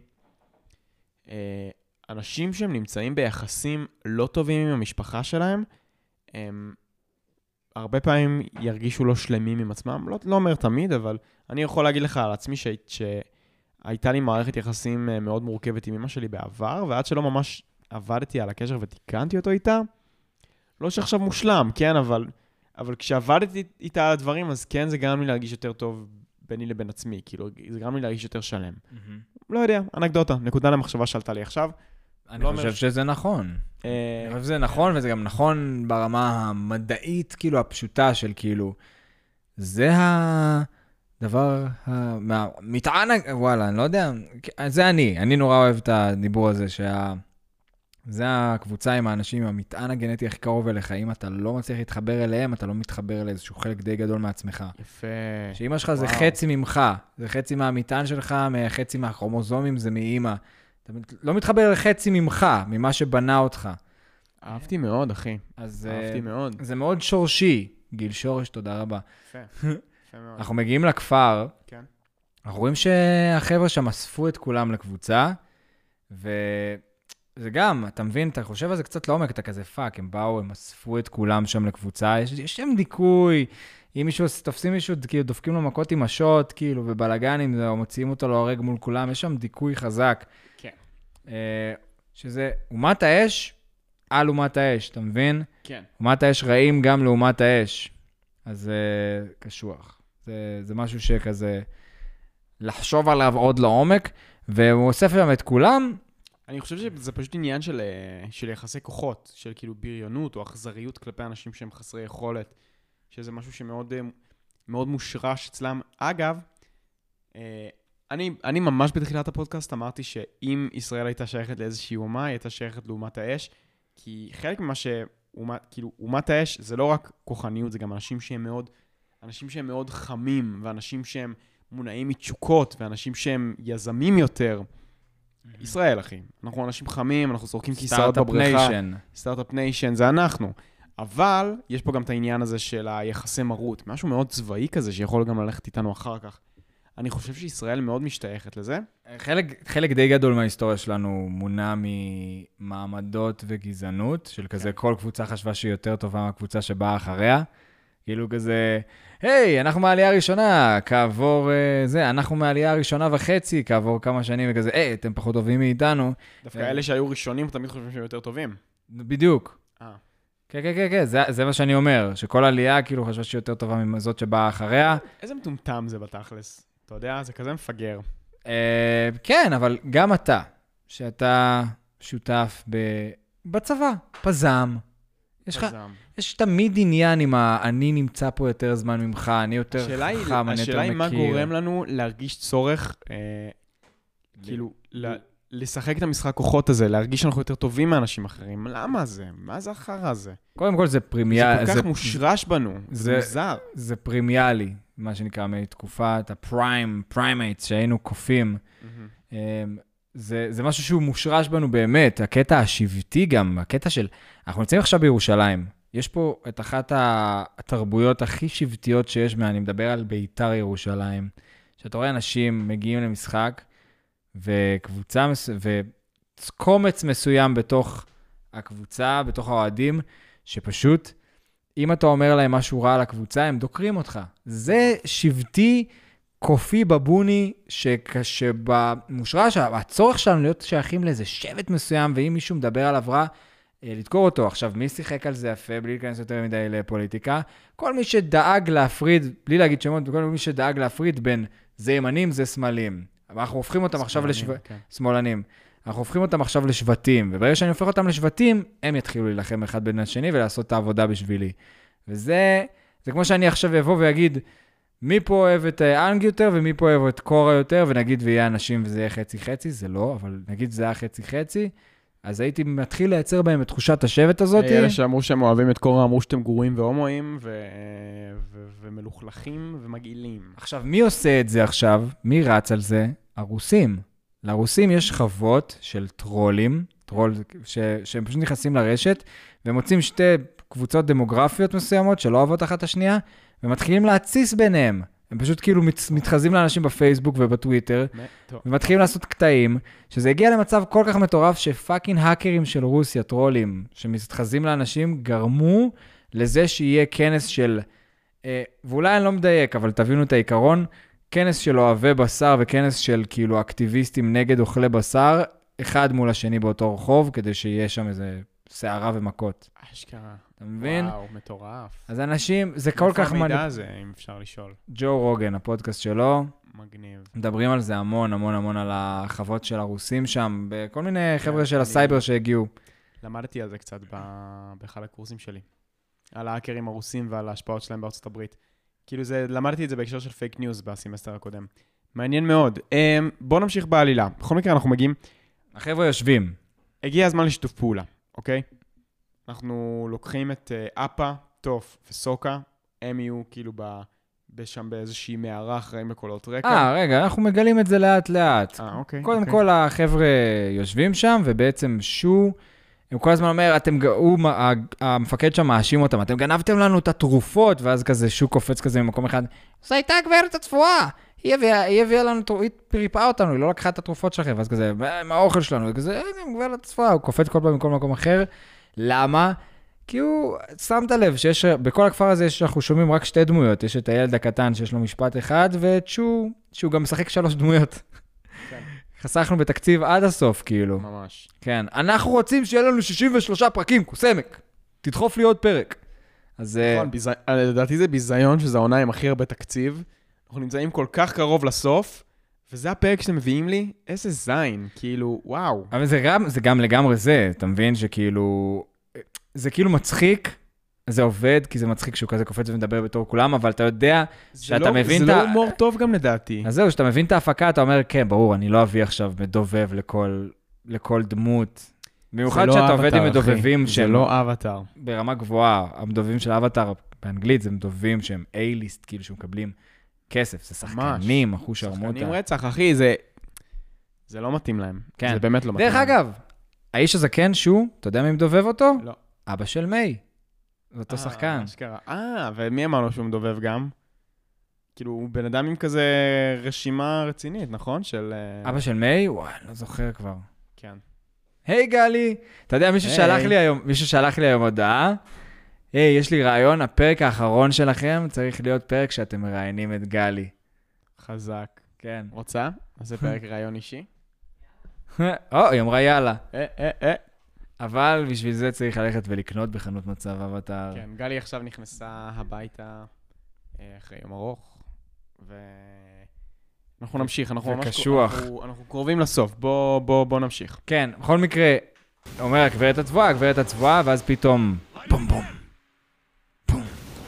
אנשים שהם נמצאים ביחסים לא טובים עם המשפחה שלהם, הם הרבה פעמים ירגישו לא שלמים עם עצמם, לא אומר תמיד, אבל אני יכול להגיד לך על עצמי שהייתה לי מערכת יחסים מאוד מורכבת עם אמא שלי בעבר, ועד שלא ממש עבדתי על הקשר ותיקנתי אותו איתה, לא שעכשיו מושלם, כן, אבל כשעבדתי איתה על הדברים, אז כן, זה גרם לי להרגיש יותר טוב ביני לבין עצמי, כאילו, זה גרם לי להרגיש יותר שלם. לא יודע, אנקדוטה, נקודה למחשבה שעלתה לי עכשיו. אני חושב שזה נכון. אני חושב שזה נכון, וזה גם נכון ברמה המדעית, כאילו, הפשוטה של כאילו, זה הדבר, מטען, וואלה, אני לא יודע, זה אני נורא אוהב את הדיבור הזה, זה הקבוצה עם האנשים, עם המטען הגנטי הכי קרוב אליך, אם אתה לא מצליח להתחבר אליהם, אתה לא מתחבר לאיזשהו חלק די גדול מעצמך. יפה. שאמא שלך זה חצי ממך, זה חצי מהמטען שלך, חצי מהכרומוזומים, זה מאמא. אתה לא מתחבר לחצי ממך, ממה שבנה אותך. אהבתי מאוד, אחי. אהבתי מאוד. זה מאוד שורשי. גיל שורש, תודה רבה. יפה. יפה מאוד. אנחנו מגיעים לכפר, כן. אנחנו רואים שהחבר'ה שם אספו את כולם לקבוצה, וזה גם, אתה מבין, אתה חושב על זה קצת לעומק, אתה כזה פאק, הם באו, הם אספו את כולם שם לקבוצה, יש שם דיכוי, אם מישהו, תופסים מישהו, כאילו דופקים לו מכות עם השוט, כאילו, ובלגנים, או מוציאים אותו להורג מול כולם, יש שם דיכוי חזק. כן. שזה אומת האש על אומת האש, אתה מבין? כן. אומת האש רעים גם לעומת האש. אז זה קשוח. זה משהו שכזה לחשוב עליו עוד לעומק, והוא אוסף להם את כולם. אני חושב שזה פשוט עניין של יחסי כוחות, של כאילו בריונות או אכזריות כלפי אנשים שהם חסרי יכולת, שזה משהו שמאוד מאוד מושרש אצלם. אגב, אני ממש בתחילת הפודקאסט אמרתי שאם ישראל הייתה שייכת לאיזושהי אומה, היא הייתה שייכת לאומת האש, כי חלק ממה כאילו, אומת האש זה לא רק כוחניות, זה גם אנשים שהם מאוד חמים, ואנשים שהם מונעים מתשוקות, ואנשים שהם יזמים יותר. ישראל, אחי. אנחנו אנשים חמים, אנחנו זורקים כיסאות בבריכה. סטארט-אפ ניישן, זה אנחנו. אבל יש פה גם את העניין הזה של היחסי מרות, משהו מאוד צבאי כזה, שיכול גם ללכת איתנו אחר כך. אני חושב שישראל מאוד משתייכת לזה. חלק די גדול מההיסטוריה שלנו מונע ממעמדות וגזענות, של כזה כל קבוצה חשבה שהיא יותר טובה מהקבוצה שבאה אחריה. כאילו כזה, היי, אנחנו מהעלייה הראשונה, כעבור אנחנו מהעלייה הראשונה וחצי, כעבור כמה שנים וכזה, היי, אתם פחות טובים מאיתנו. דווקא אלה שהיו ראשונים תמיד חושבים שהם יותר טובים. בדיוק. כן, זה מה שאני אומר, שכל עלייה כאילו חשבה שהיא יותר טובה מזאת שבאה אחריה. איזה מטומטם זה בתכלס? אתה יודע, זה כזה מפגר. כן, אבל גם אתה, שאתה שותף בצבא, פזם. יש תמיד עניין עם אני נמצא פה יותר זמן ממך, אני יותר חכם, אני יותר מכיר. השאלה היא מה גורם לנו להרגיש צורך, כאילו, לשחק את המשחק כוחות הזה, להרגיש שאנחנו יותר טובים מאנשים אחרים. למה זה? מה זה אחר הזה? קודם כל זה פרימיאלי. זה כל כך מושרש בנו, זה מוזר. זה פרימיאלי, מה שנקרא מתקופת הפריימייטס שהיינו קופים. זה משהו שהוא מושרש בנו באמת, הקטע השבטי גם, הקטע של, אנחנו נמצאים עכשיו בירושלים, יש פה את אחת התרבויות הכי שבטיות שיש, אני מדבר על ביתר ירושלים, שאתה רואה אנשים מגיעים למשחק, וקומץ מסוים בתוך הקבוצה, בתוך האוהדים, שפשוט, אם אתה אומר להם משהו רע על הקבוצה, הם דוקרים אותך. זה שבטי קופי בבוני, שבמושרש, הצורך שלנו להיות שייכים לאיזה שבט מסוים, ואם מישהו מדבר עליו רע, לדקור אותו. עכשיו, מי שיחק על זה יפה, בלי להיכנס יותר מדי לפוליטיקה? כל מי שדאג להפריד, בלי להגיד שמות, כל מי שדאג להפריד בין זה ימנים, זה שמאלים. אנחנו הופכים אותם עכשיו כן. שמאלנים. אנחנו הופכים אותם עכשיו לשבטים, וברגע שאני הופך אותם לשבטים, הם יתחילו להילחם אחד בין השני ולעשות את העבודה בשבילי. וזה כמו שאני עכשיו אבוא ויגיד, מי פה אוהב את אנג יותר, ומי פה אוהב את קורה יותר, ונגיד ויהיה אנשים וזה יהיה חצי-חצי, זה לא, אבל נגיד זה היה חצי-חצי, אז הייתי מתחיל לייצר בהם את תחושת השבט הזאת. אלה שאמרו שהם אוהבים את קורה, אמרו שאתם גרועים והומואים, ומלוכלכים ומגעילים. עכשיו, מי עושה את זה עכשיו? מי רץ על זה? הרוסים. לרוסים יש חוות של טרולים, שהם פשוט נכנסים לרשת, ומוצאים שתי קבוצות דמוגרפיות מסוימות שלא אוהבות אחת השנייה, ומתחילים להציס ביניהם. הם פשוט כאילו מתחזים לאנשים בפייסבוק ובטוויטר, ומתחילים לעשות קטעים, שזה הגיע למצב כל כך מטורף, שפאקינג האקרים של רוסיה, טרולים, שמתחזים לאנשים, גרמו לזה שיהיה כנס של, ואולי אני לא מדייק, אבל תבינו את העיקרון, כנס של אוהבי בשר וכנס של כאילו אקטיביסטים נגד אוכלי בשר, אחד מול השני באותו רחוב, כדי שיהיה שם איזה שערה ומכות. אשכרה. אתה מבין? וואו, מטורף. אז אנשים, זה כל כך... איפה המידע הזה, אם אפשר לשאול? ג'ו רוגן, הפודקאסט שלו, מגניב. מדברים על זה המון, המון, המון על החוות של הרוסים שם, בכל מיני חבר'ה של הסייבר שהגיעו. למדתי על זה קצת באחד הקורסים שלי. על ההאקרים הרוסים ועל ההשפעות שלהם בארצות הברית. כאילו למדתי את זה בהקשר של פייק ניוז בסמסטר הקודם. מעניין מאוד. בואו נמשיך בעלילה. בכל מקרה אנחנו מגיעים... החבר'ה יושבים. הגיע הזמן לשיתוף פעולה, אוקיי? אנחנו לוקחים את אפה, טוף וסוקה. הם יהיו כאילו שם באיזושהי מערה אחראים לקולות רקע. רגע, אנחנו מגלים את זה לאט לאט. אוקיי. קודם כל החבר'ה יושבים שם, ובעצם הם כל הזמן אומר, המפקד שם מאשים אותם, אתם גנבתם לנו את התרופות, ואז כזה שו קופץ כזה ממקום אחד, זו הייתה גברת הצפועה, היא הביאה לנו, היא ריפאה אותנו, היא לא לקחה את התרופות שלכם, ואז כזה, מה האוכל שלנו? וכזה, גברת הצפועה, הוא קופץ כל פעם מכל מקום אחר. למה? כי הוא, שמת לב שיש, בכל הכפר הזה אנחנו שומעים רק שתי דמויות, יש את הילד הקטן שיש לו משפט אחד, ואת שהוא גם משחק 3 דמויות. כן. חסכנו בתקציב עד הסוף, כאילו. ממש. כן, אנחנו רוצים שיהיה לנו 63 פרקים, קוסמק. תדחוף לי עוד פרק. אז... נכון, לדעתי זה ביזיון שזה העונה עם הכי הרבה תקציב. אנחנו נמצאים כל כך קרוב לסוף, וזה הפרק שאתם מביאים לי, איזה זין, כאילו, וואו. אבל זה גם לגמרי זה, אתה מבין שכאילו... זה כאילו מצחיק, זה עובד, כי זה מצחיק שהוא כזה קופץ ומדבר בתור כולם, אבל אתה יודע שאתה מבין את זה לא הומור טוב גם לדעתי. אז זהו, שאתה מבין את ההפקה, אתה אומר, כן, ברור, אני לא אביא עכשיו מדובב לכל דמות. במיוחד שאתה עובד עם מדובבים זה לא אבטר. ברמה גבוהה, המדובבים של אבטר באנגלית זה מדובבים שהם A-ליסט, כאילו שמקבלים כסף, זה שחקנים, אחוש הרמוטה. שחקנים רצח, אחי, זה לא מתאים להם. כן. זה באמת לא מתאים דרך להם. אגב, האיש הזקן שהוא, אתה יודע מי מדובב אותו? לא. אבא של מיי. זה אותו שחקן. ומי אמר לו שהוא מדובב גם? כאילו, הוא בן אדם עם כזה רשימה רצינית, נכון? של... אבא של מיי? וואי, לא זוכר כבר. כן. היי גלי, אתה יודע, מישהו שלח לי היום הודעה, היי, יש לי רעיון, הפרק האחרון שלכם צריך להיות פרק שאתם מראיינים את גלי. חזק. כן. רוצה? אז זה פרק רעיון אישי? היא אמרה יאללה. אה. אבל בשביל זה צריך ללכת ולקנות בחנות מצב אבטר. כן, גלי עכשיו נכנסה הביתה אחרי יום ארוך, ואנחנו נמשיך, אנחנו קרובים לסוף, בוא נמשיך. כן, בכל מקרה, אומר הגברת הצבועה, ואז פתאום, בום בום, בום.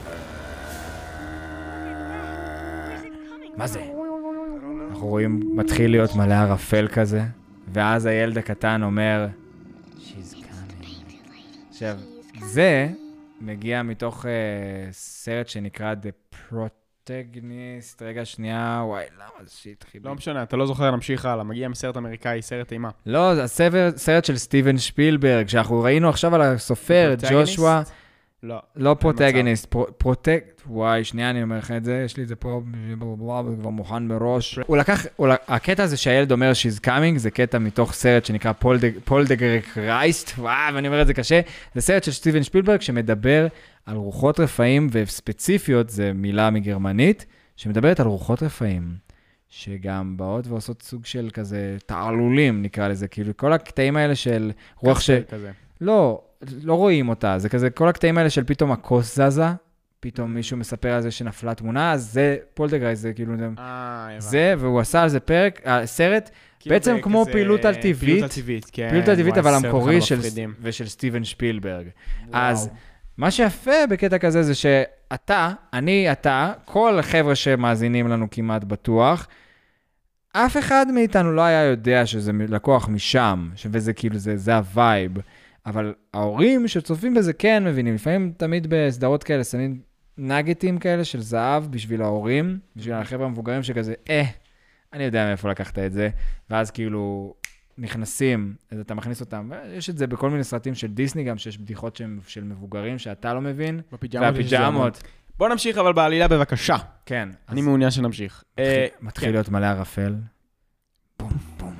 מה זה? אנחנו רואים, מתחיל להיות מלא ערפל כזה, ואז הילד הקטן אומר, She's coming. עכשיו, זה מגיע מתוך סרט שנקרא The Protagonist. רגע, שנייה, וואי, למה זה שהתחיל? לא משנה, אתה לא זוכר, נמשיך הלאה. מגיע מסרט אמריקאי, סרט אימה. לא, זה סרט של סטיבן שפילברג, שאנחנו ראינו עכשיו על הסופר, ג'ושוע. לא פרוטגניסט, וואי, שנייה אני אומר לך את זה, יש לי את זה פה, כבר מוכן מראש. הקטע הזה שהילד אומר She's coming, זה קטע מתוך סרט שנקרא פולדגרייסט, וואו, ואני אומר את זה קשה, זה סרט של סטיבן שפילברג שמדבר על רוחות רפאים, וספציפיות, זה מילה מגרמנית, שמדברת על רוחות רפאים, שגם באות ועושות סוג של כזה תעלולים, נקרא לזה, כאילו כל הקטעים האלה של רוח לא רואים אותה, זה כזה, כל הקטעים האלה של פתאום הכוס זזה, פתאום מישהו מספר על זה שנפלה תמונה, אז זה פולטרגייסט, זה כאילו, הבנתי. זה, והוא עשה על זה סרט, כאילו בעצם זה כמו כזה- פעילות על טבעית, פעילות על טבעית, כן. פעילות על טבעית, וואי, אבל סרט המקורי אחד המפחידים. ושל סטיבן שפילברג. וואו. אז מה שיפה בקטע כזה זה שאתה, אתה, כל החבר'ה שמאזינים לנו כמעט בטוח, אף אחד מאיתנו לא היה יודע שזה לקוח משם, וזה כאילו, זה הווייב. אבל ההורים שצופים בזה כן מבינים, לפעמים תמיד בסדרות כאלה שמים נגטים כאלה של זהב בשביל ההורים, בשביל החבר'ה המבוגרים שכזה, אני יודע מאיפה לקחת את זה, ואז כאילו נכנסים, אז אתה מכניס אותם, יש את זה בכל מיני סרטים של דיסני גם, שיש בדיחות של מבוגרים שאתה לא מבין, והפיג'מות. בוא נמשיך אבל בעלילה בבקשה. כן. אני מעוניין שנמשיך. מתחיל להיות מלא ערפל. בום, בום.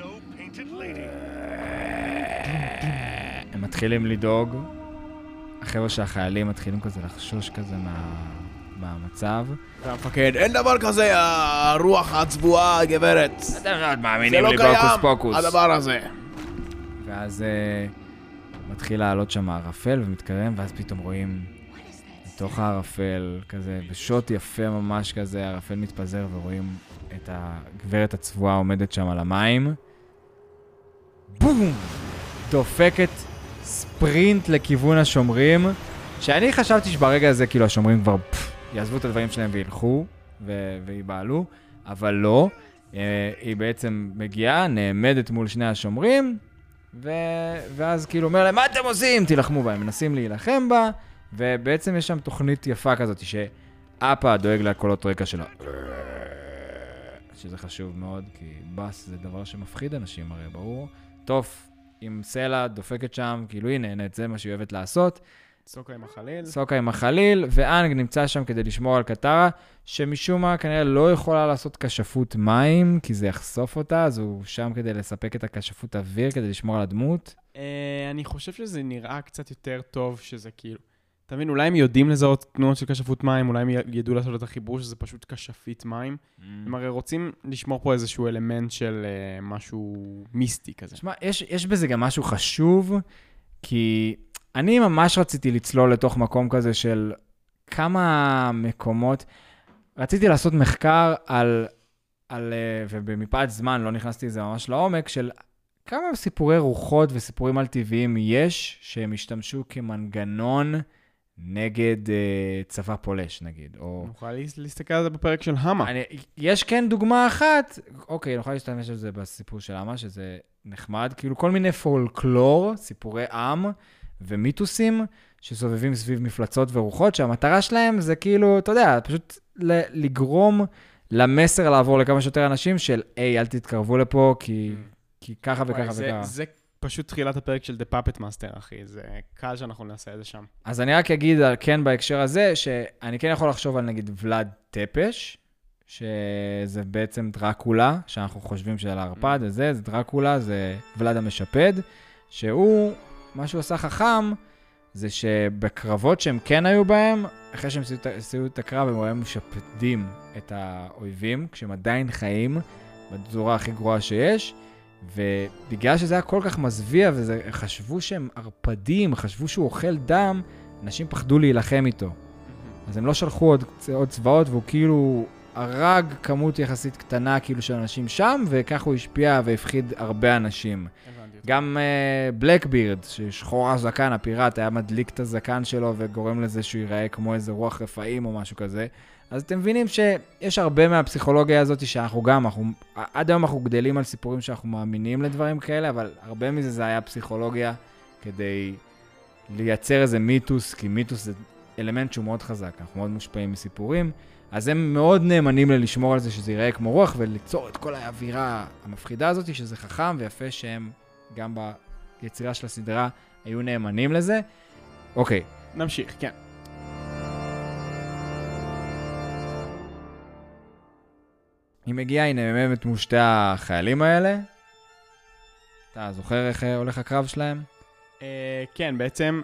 הם מתחילים לדאוג, החבר'ה של החיילים מתחילים כזה לחשוש כזה מהמצב. והמפקד, אין דבר כזה, הרוח הצבועה, גברת. אתם לא זה מאמינים לא לי בוקוס קיים, פוקוס. הדבר הזה. ואז מתחיל לעלות שם הערפל ומתקרם, ואז פתאום רואים מתוך הערפל כזה, בשוט יפה ממש כזה, הערפל מתפזר ורואים את הגברת הצבועה עומדת שם על המים. בום! דופקת ספרינט לכיוון השומרים, שאני חשבתי שברגע הזה כאילו השומרים כבר יעזבו את הדברים שלהם וילכו ויבעלו, אבל לא. היא בעצם מגיעה, נעמדת מול שני השומרים, ואז כאילו אומר להם, מה אתם עושים? תילחמו בה, הם מנסים להילחם בה, ובעצם יש שם תוכנית יפה כזאת, שאפה דואג לקולות רקע שלה. שזה חשוב מאוד, כי בס זה דבר שמפחיד אנשים, הרי ברור. טוב, עם סלע דופקת שם, כאילו היא נהנית, זה מה שהיא אוהבת לעשות. סוקה עם החליל. סוקה עם החליל, ואנג נמצא שם כדי לשמור על קטרה, שמשום מה כנראה לא יכולה לעשות כשפות מים, כי זה יחשוף אותה, אז הוא שם כדי לספק את הכשפות אוויר, כדי לשמור על הדמות. אני חושב שזה נראה קצת יותר טוב, שזה כאילו... תבין, אולי הם יודעים לזהות תנועות של כשפות מים, אולי הם ידעו לעשות את החיבור שזה פשוט כשפית מים. הם הרי רוצים לשמור פה איזשהו אלמנט של משהו מיסטי כזה. תשמע, יש בזה גם משהו חשוב, כי אני ממש רציתי לצלול לתוך מקום כזה של כמה מקומות. רציתי לעשות מחקר ובמפעט זמן, לא נכנסתי לזה ממש לעומק, של כמה סיפורי רוחות וסיפורים על טבעיים יש, שהם השתמשו כמנגנון נגד צבא פולש, נגיד. נוכל להסתכל על זה בפרק של המה. יש כן דוגמה אחת, אוקיי, נוכל להשתמש על זה בסיפור של המה, שזה נחמד, כאילו כל מיני פולקלור, סיפורי עם ומיתוסים, שסובבים סביב מפלצות ורוחות, שהמטרה שלהם זה כאילו, אתה יודע, פשוט לגרום למסר לעבור לכמה שיותר אנשים של, אל תתקרבו לפה, כי ככה וככה וככה. זה פשוט תחילת הפרק של The Puppet Master, אחי. זה קל שאנחנו נעשה את זה שם. אז אני רק אגיד כן בהקשר הזה, שאני כן יכול לחשוב על נגיד ולד טפש, שזה בעצם דרקולה, שאנחנו חושבים שעל הערפד, זה דרקולה, זה ולד המשפד, שהוא, מה שהוא עשה חכם, זה שבקרבות שהם כן היו בהם, אחרי שהם עשו את הקרב, הם היו משפדים את האויבים, כשהם עדיין חיים, בצורה הכי גרועה שיש, ובגלל שזה היה כל כך מזוויע, וחשבו שהם ערפדים, חשבו שהוא אוכל דם, אנשים פחדו להילחם איתו. אז הם לא שלחו עוד צבאות, והוא כאילו הרג כמות יחסית קטנה כאילו של אנשים שם, וכך הוא השפיע והפחיד הרבה אנשים. גם בלקבירד, ששחור הזקן, הפיראט, היה מדליק את הזקן שלו, וגורם לזה שהוא ייראה כמו איזה רוח רפאים או משהו כזה. אז אתם מבינים שיש הרבה מהפסיכולוגיה הזאת שאנחנו גם, עד היום אנחנו גדלים על סיפורים שאנחנו מאמינים לדברים כאלה, אבל הרבה מזה זה היה פסיכולוגיה כדי לייצר איזה מיתוס, כי מיתוס זה אלמנט שהוא מאוד חזק, אנחנו מאוד מושפעים מסיפורים, אז הם מאוד נאמנים לשמור על זה שזה ייראה כמו רוח, וליצור את כל האווירה המפחידה הזאת, שזה חכם ויפה שהם גם ביצירה של הסדרה היו נאמנים לזה. אוקיי. נמשיך, כן. היא מגיעה, היא נעממת מול שתי החיילים האלה. אתה זוכר איך הולך הקרב שלהם? כן, בעצם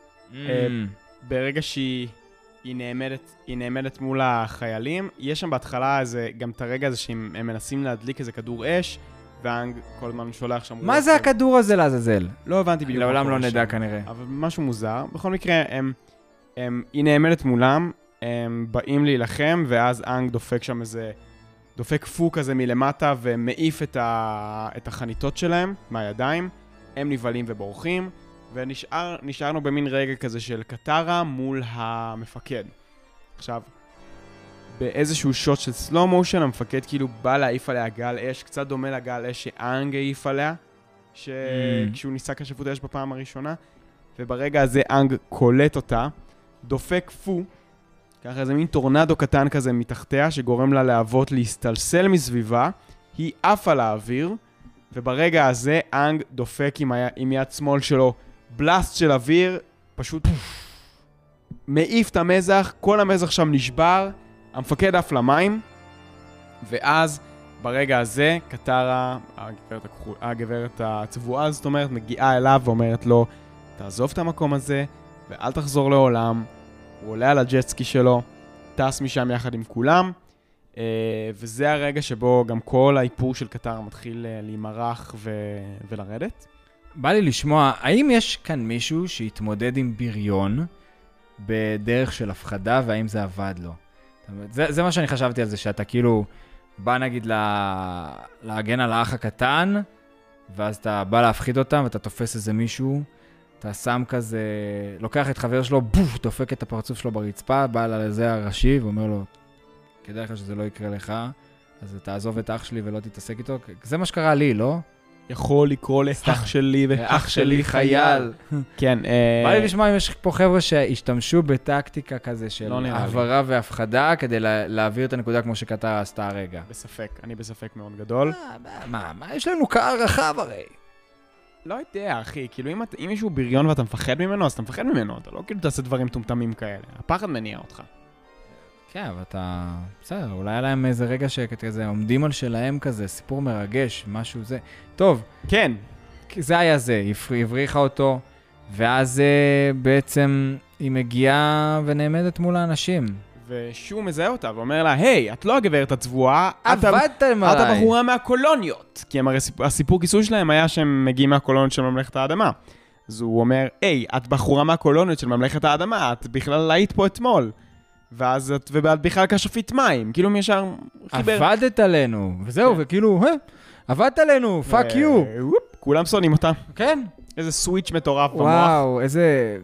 ברגע שהיא נעמדת מול החיילים, יש שם בהתחלה גם את הרגע הזה שהם מנסים להדליק איזה כדור אש, והאנג כל הזמן שולח שם... מה זה הכדור הזה לעזאזל? לא הבנתי בדיוק. לעולם לא נדע כנראה. אבל משהו מוזר. בכל מקרה, היא נעמדת מולם, הם באים להילחם, ואז אנג דופק שם איזה, דופק פו כזה מלמטה, ומעיף את החניתות שלהם מהידיים, הם נבלים ובורחים, ונשארנו במין רגע כזה של קטרה מול המפקד. עכשיו, באיזשהו שוט של סלו מושן, המפקד כאילו בא להעיף עליה גל אש, קצת דומה לגל אש שאנג העיף עליה, כשהוא ניסה כשפות אש בפעם הראשונה, וברגע הזה אנג קולט אותה, דופק פו, ככה איזה מין טורנדו קטן כזה מתחתיה, שגורם לה להבות להסתלסל מסביבה, היא עפה לאוויר, וברגע הזה אנג דופק עם יד שמאל שלו בלאסט של אוויר, פשוט מעיף את המזח, כל המזח שם נשבר, המפקד עף למים, ואז ברגע הזה קטרה, הגברת הצבועה, זאת אומרת, מגיעה אליו ואומרת לו, תעזוב את המקום הזה ואל תחזור לעולם. הוא עולה על הג'טסקי שלו, טס משם יחד עם כולם, וזה הרגע שבו גם כל האיפור של קטרה מתחיל להימרח ולרדת. בא לי לשמוע, האם יש כאן מישהו שהתמודד עם בריון בדרך של הפחדה, והאם זה עבד לו? זה מה שאני חשבתי על זה, שאתה כאילו בא נגיד להגן על האח הקטן, ואז אתה בא להפחיד אותם, ואתה תופס איזה מישהו, אתה שם כזה, לוקח את חבר שלו, בוף, דופק את הפרצוף שלו ברצפה, בא לזה הראשי ואומר לו, כדאי לך שזה לא יקרה לך, אז תעזוב את אח שלי ולא תתעסק איתו. זה מה שקרה לי, לא? יכול לקרוא לאח שלי ואח שלי חייל. כן. בא לי לשמוע אם יש פה חבר'ה שהשתמשו בטקטיקה כזה של העברה והפחדה, כדי להעביר את הנקודה כמו שקטרה עשתה הרגע. בספק, אני בספק מאוד גדול. מה, יש לנו קהל רחב הרי. לא יודע, אחי, כאילו אם מישהו בריון ואתה מפחד ממנו, אז אתה מפחד ממנו, אתה לא כאילו תעשה דברים טומטמים כאלה. הפחד מניע אותך. כן, אבל אתה... בסדר, אולי היה להם איזה רגע שכזה עומדים על שלהם כזה, סיפור מרגש, משהו זה. טוב. כן. זה היה זה, הבריחה אותו, ואז בעצם היא מגיעה ונעמדת מול האנשים. ושהוא מזהה אותה ואומר לה, היי, את לא הגברת הצבועה, עבדתם עליי. את הבחורה מהקולוניות. כי הסיפור כיסוי שלהם היה שהם מגיעים מהקולוניות של ממלכת האדמה. אז הוא אומר, היי, את בחורה מהקולוניות של ממלכת האדמה, את בכלל היית פה אתמול. ואת בכלל כשפית מים, כאילו מי ישר חיבר. עבדת עלינו, וזהו, וכאילו, עבדת עלינו, פאק יו. כולם שונאים אותה. כן. איזה סוויץ' מטורף במוח. וואו, איזה...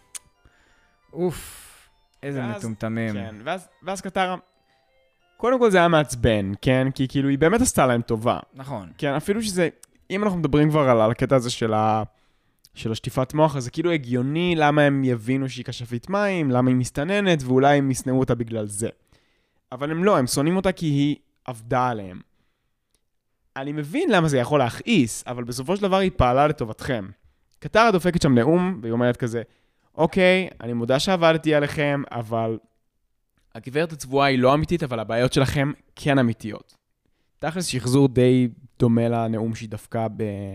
אוף. איזה מטומטמים. כן, ואז קטרה, קודם כל זה היה מעצבן, כן? כי כאילו היא באמת עשתה להם טובה. נכון. כן, אפילו שזה, אם אנחנו מדברים כבר על הקטע הזה של השטיפת מוח, אז זה כאילו הגיוני למה הם יבינו שהיא כשפית מים, למה היא מסתננת, ואולי הם יסנאו אותה בגלל זה. אבל הם לא, הם שונאים אותה כי היא עבדה עליהם. אני מבין למה זה יכול להכעיס, אבל בסופו של דבר היא פעלה לטובתכם. קטרה דופקת שם נאום, והיא אומרת כזה, אוקיי, אני מודע שעבדתי עליכם, אבל הגברת הצבועה היא לא אמיתית, אבל הבעיות שלכם כן אמיתיות. תכלס שחזור די דומה לנאום שהיא דפקה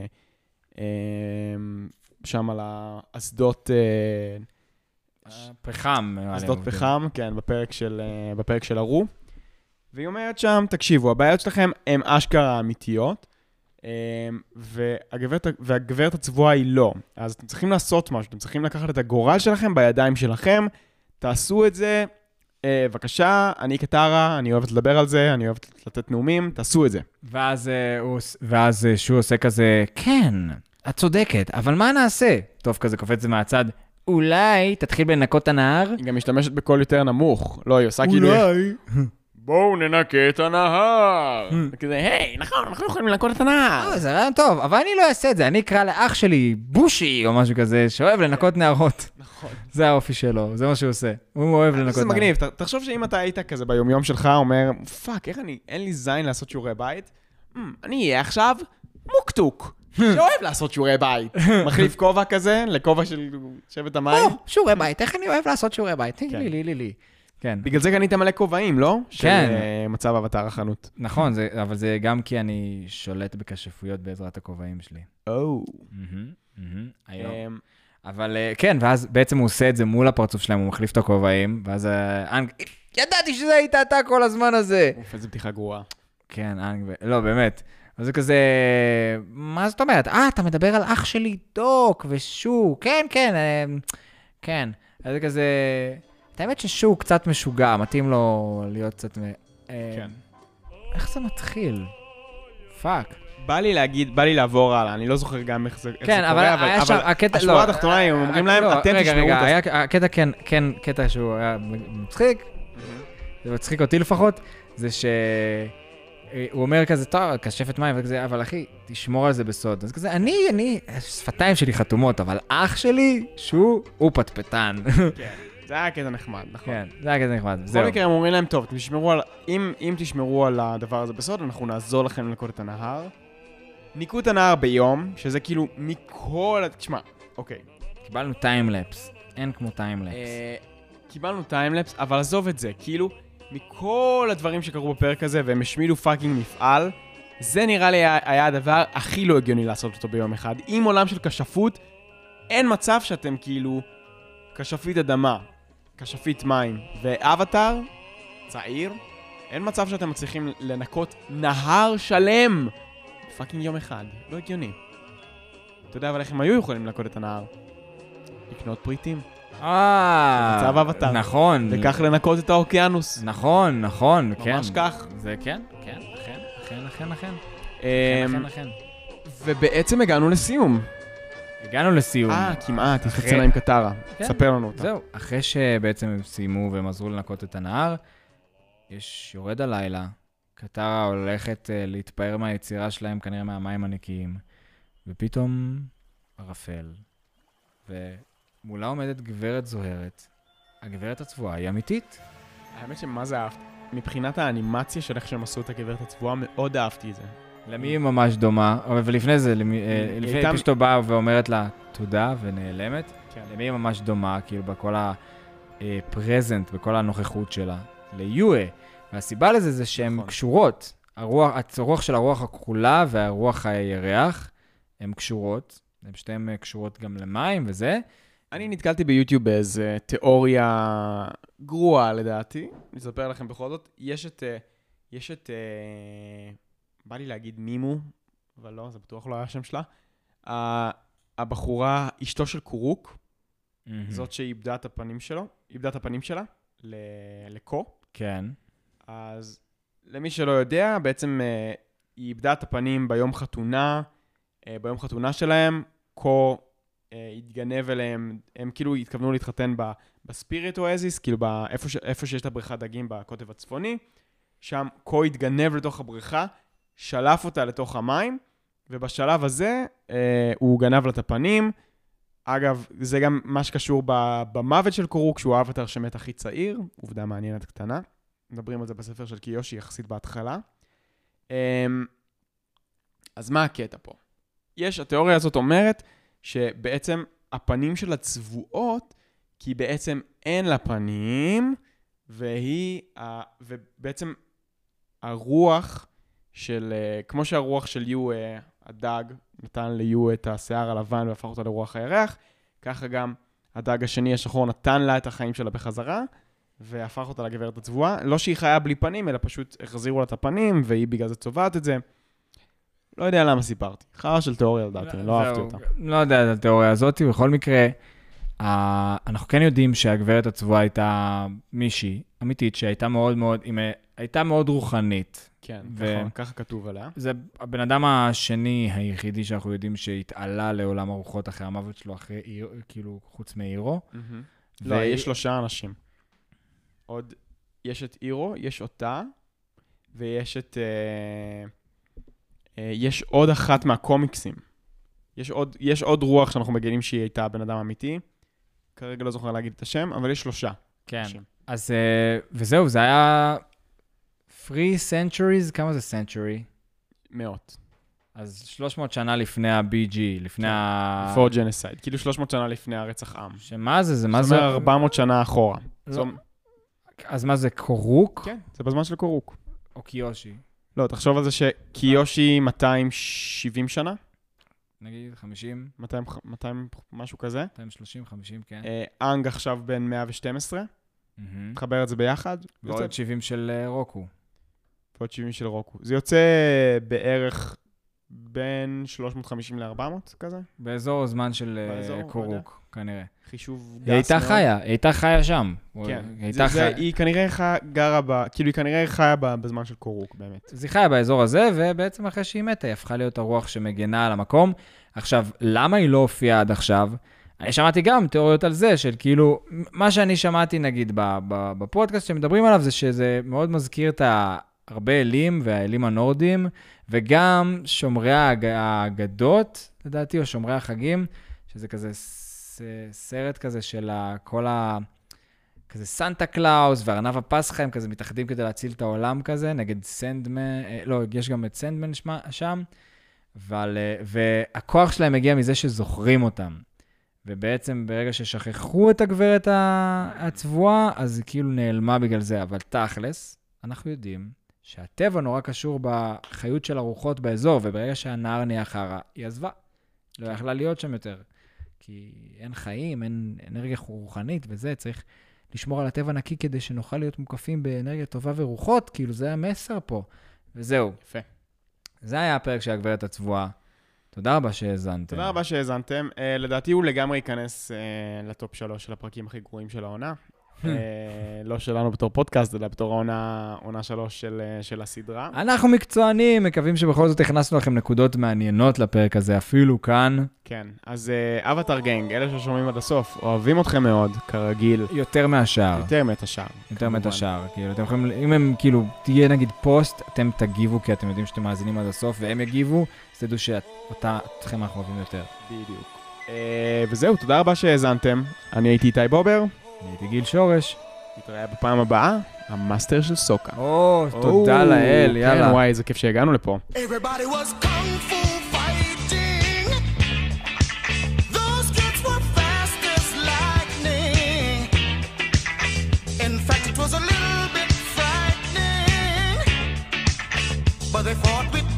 שם על האסדות... פחם. אסדות פחם, כן, בפרק של הרו. והיא אומרת שם, תקשיבו, הבעיות שלכם הן אשכרה אמיתיות, והגברת הצבועה היא לא. אז אתם צריכים לעשות משהו, אתם צריכים לקחת את הגורל שלכם בידיים שלכם, תעשו את זה, בבקשה, אני קטרה, אני אוהבת לדבר על זה, אני אוהבת לתת נאומים, תעשו את זה. ואז שהוא עושה כזה, כן, את צודקת, אבל מה נעשה? טוב, כזה קופץ זה מהצד, אולי תתחיל בנקות את הנהר? היא גם משתמשת בקול יותר נמוך, לא, היא עושה כאילו... אולי... בואו ננקה את הנהר. וכזה, היי, נכון, אנחנו יכולים לנקות את הנהר. זה רעיון טוב, אבל אני לא אעשה את זה, אני אקרא לאח שלי בושי או משהו כזה, שאוהב לנקות נהרות. נכון. זה האופי שלו, זה מה שהוא עושה. הוא אוהב לנקות נהר. זה מגניב, תחשוב שאם אתה היית כזה ביומיום שלך, אומר, פאק, איך אין לי זין לעשות שיעורי בית? אני אהיה עכשיו מוקטוק, שאוהב לעשות שיעורי בית. מחליף כובע כזה, לכובע של שבט המים. שיעורי בית, איך אני אוהב לעשות שיעורי בית? לי. כן. בגלל זה קנית מלא כובעים, לא? כן. שמצב אבטר החנות. נכון, אבל זה גם כי אני שולט בכשפויות בעזרת הכובעים שלי. אבל כן, ואז בעצם הוא עושה את זה מול הפרצוף שלהם, הוא מחליף את הכובעים, ואז אנג, ידעתי שזה היית אתה כל הזמן הזה. אוף, איזה בדיחה גרועה. כן, אנג, לא, באמת. אז זה כזה, מה זאת אומרת? אתה מדבר על אח שלי דוק ושו, כן, אז זה כזה... את האמת ששוק קצת משוגע, מתאים לו להיות קצת... כן. איך זה מתחיל? פאק. בא לי לעבור הלאה, אני לא זוכר גם איך זה כן, אבל היה שם... הקטע... השורה התחתונה, הם אומרים להם, אתם תשמעו את זה. רגע, הקטע כן, קטע שהוא היה מצחיק, זה מצחיק אותי לפחות, זה הוא אומר כזה, טוב, כשפת מים וכזה, אבל אחי, תשמור על זה בסוד. אז כזה, אני, שפתיים שלי חתומות, אבל אח שלי, הוא פטפטן. כן, זה היה קטע נחמד, נכון. כן, זה היה קטע נחמד, זהו. בכל מקרה, הם אומרים להם, טוב, אם תשמרו על הדבר הזה בסוד, אנחנו נעזור לכם לנקות את הנהר. ניקו את הנהר ביום, שזה כאילו מכל... תשמע, אוקיי. קיבלנו טיימלפס, אין כמו טיימלפס. קיבלנו טיימלפס, אבל עזוב את זה, כאילו, מכל הדברים שקרו בפרק הזה, והם השמידו פאקינג מפעל, זה נראה לי היה הדבר הכי לא הגיוני לעשות אותו ביום אחד. עם עולם של כשפות, אין מצב שאתם כאילו כשפית אדמה, כשפית מים, ואבטר, צעיר, אין מצב שאתם מצליחים לנקות נהר שלם פאקינג יום אחד. לא הגיוני. אתה יודע אבל איך הם היו יכולים לנקות את הנהר? לקנות פריטים. מצב אבטר. נכון. וכך לנקות את האוקיינוס. נכון, כן. ממש כך. זה כן, אכן. ובעצם הגענו לסיום. כמעט, התחצנה עם קטרה. ספר לנו אותה. זהו, אחרי שבעצם הם סיימו והם עזרו לנקות את הנהר, יורד הלילה, קטרה הולכת להתפאר מהיצירה שלהם, כנראה מהמים הנקיים, ופתאום ערפל, ומולה עומדת גברת זוהרת. הגברת הצבועה היא אמיתית. האמת שמה זה אהבתי? מבחינת האנימציה של איך שהם עשו את הגברת הצבועה, מאוד אהבתי את זה. למי היא ממש דומה, ולפני זה, לפני פשוט באה ואומרת לה תודה ונעלמת, למי היא ממש דומה, כאילו בכל הפרזנט, בכל הנוכחות שלה, ליואה. והסיבה לזה זה שהן קשורות. הרוח של הרוח הכחולה והרוח הירח, הן קשורות. הן שתיהן קשורות גם למים וזה. אני נתקלתי ביוטיוב באיזה תיאוריה גרועה לדעתי. אני אספר לכם בכל זאת. יש את בא לי להגיד מימו, אבל לא, זה בטוח לא היה השם שלה. הבחורה, אשתו של קורוק, זאת שאיבדה את הפנים שלה לקו. כן. אז למי שלא יודע, בעצם היא איבדה את הפנים ביום חתונה שלהם, קו התגנב אליהם, הם כאילו התכוונו להתחתן בספיריט אואזיס, כאילו איפה שיש את הבריכת דגים בקוטב הצפוני, שם קו התגנב לתוך הבריכה, שלף אותה לתוך המים, ובשלב הזה הוא גנב לה את הפנים. אגב, זה גם מה שקשור במוות של קורוק, שהוא האבטר שמת הכי צעיר, עובדה מעניינת קטנה. מדברים על זה בספר של קיושי יחסית בהתחלה. אז מה הקטע פה? התיאוריה הזאת אומרת שבעצם הפנים של הצבועות, כי בעצם אין לה פנים, ובעצם הרוח של, כמו שהרוח של יו, הדג, נתן ליו את השיער הלבן והפך אותה לרוח הירח, ככה גם הדג השני השחור נתן לה את החיים שלה בחזרה, והפך אותה לגברת הצבועה. לא שהיא חיה בלי פנים, אלא פשוט החזירו לה את הפנים, והיא בגלל זה צובעת את זה. לא יודע למה סיפרתי. חרא של תיאוריה לדעתי, לא אהבתי אותה. לא יודע את התיאוריה הזאת, בכל מקרה, אנחנו כן יודעים שהגברת הצבועה הייתה מישהי אמיתית, שהייתה הייתה מאוד רוחנית. כן, נכון, ככה כתוב עליה. זה הבן אדם השני היחידי שאנחנו יודעים שהתעלה לעולם הרוחות אחרי המוות שלו, כאילו חוץ מאירו. לא, יש 3 אנשים. עוד, יש את אירו, יש אותה, ויש יש עוד אחת מהקומיקסים. יש עוד רוח שאנחנו מגלים שהיא הייתה בן אדם אמיתי. כרגע לא זוכר להגיד את השם, אבל יש 3. כן. אז, וזהו, זה היה 3 centuries, כמה זה century? 100. אז 300 שנה לפני ה-BG, לפני before genocide, כאילו 300 שנה לפני הרצח עם. שמה זה? זה מה זה? זאת אומרת 400 שנה אחורה. אז מה זה, קורוק? כן, זה בזמן של קורוק. או קיושי? לא, תחשוב על זה שקיושי 270 שנה? נגיד 50? 200 משהו כזה. 230, 50, כן. אנג עכשיו בין 112. תחבר את זה ביחד. ועוד 70 של רוקו. ועוד 70 של רוקו. זה יוצא בערך בין 350 ל-400 כזה. באזור הזמן של באזור, לא יודע. קורוק, כנראה. חישוב גס היא הייתה מאוד. חיה, היא הייתה חיה שם. כן. היא הייתה חיה. היא כנראה גרה כאילו היא כנראה חיה בזמן של קורוק, באמת. אז היא חיה באזור הזה, ובעצם אחרי שהיא מתה, היא הפכה להיות הרוח שמגנה על המקום. עכשיו, למה היא לא הופיעה עד עכשיו? אני שמעתי גם תיאוריות על זה, של כאילו, מה שאני שמעתי נגיד בפודקאסט שמדברים עליו, זה שזה מאוד מזכיר את הרבה אלים והאלים הנורדים, וגם שומרי האגדות, לדעתי, או שומרי החגים, שזה כזה סרט כזה של כל כזה סנטה קלאוס וארנב הפסחא, הם כזה מתאחדים כדי להציל את העולם כזה, נגד סנדמן, לא, יש גם את סנדמן שם, והכוח שלהם מגיע מזה שזוכרים אותם. ובעצם ברגע ששכחו את הגברת הצבועה, אז היא כאילו נעלמה בגלל זה. אבל תכלס, אנחנו יודעים שהטבע נורא קשור בחיות של הרוחות באזור, וברגע שהנהר נהיה חרה, היא עזבה. לא יכלה להיות שם יותר. כי אין חיים, אין אנרגיה רוחנית, וזה צריך לשמור על הטבע נקי כדי שנוכל להיות מוקפים באנרגיה טובה ורוחות, כאילו זה המסר פה. וזהו. יפה. זה היה הפרק של הגברת הצבועה. תודה רבה שהאזנתם. תודה רבה שהאזנתם. לדעתי הוא לגמרי ייכנס לטופ 3 של הפרקים הכי גרועים של העונה. לא שלנו בתור פודקאסט, אלא בתור העונה 3 של הסדרה. אנחנו מקצוענים, מקווים שבכל זאת הכנסנו לכם נקודות מעניינות לפרק הזה, אפילו כאן. כן, אז אבטר גנג, אלה ששומעים עד הסוף, אוהבים אתכם מאוד, כרגיל. יותר מהשאר. יותר מאת השאר. יותר מאת השאר. כאילו, אתם יכולים, אם הם כאילו, תהיה נגיד פוסט, אתם תגיבו, כי אתם יודעים שאתם מאזינים עד הסוף, והם יגיבו, אז תדעו שאתכם אנחנו אוהבים יותר. בדיוק. וזהו, תודה רבה שהאזנתם. אני הייתי איתי בובר. אני הייתי גיל שורש. נתראה בפעם הבאה, המאסטר של סוקה. תודה לאל, יאללה. כן, וואי, איזה כיף שהגענו לפה. Everybody was kung fu fighting. Those kids were fast as lightning. In fact, it was a little bit frightening. But they fought with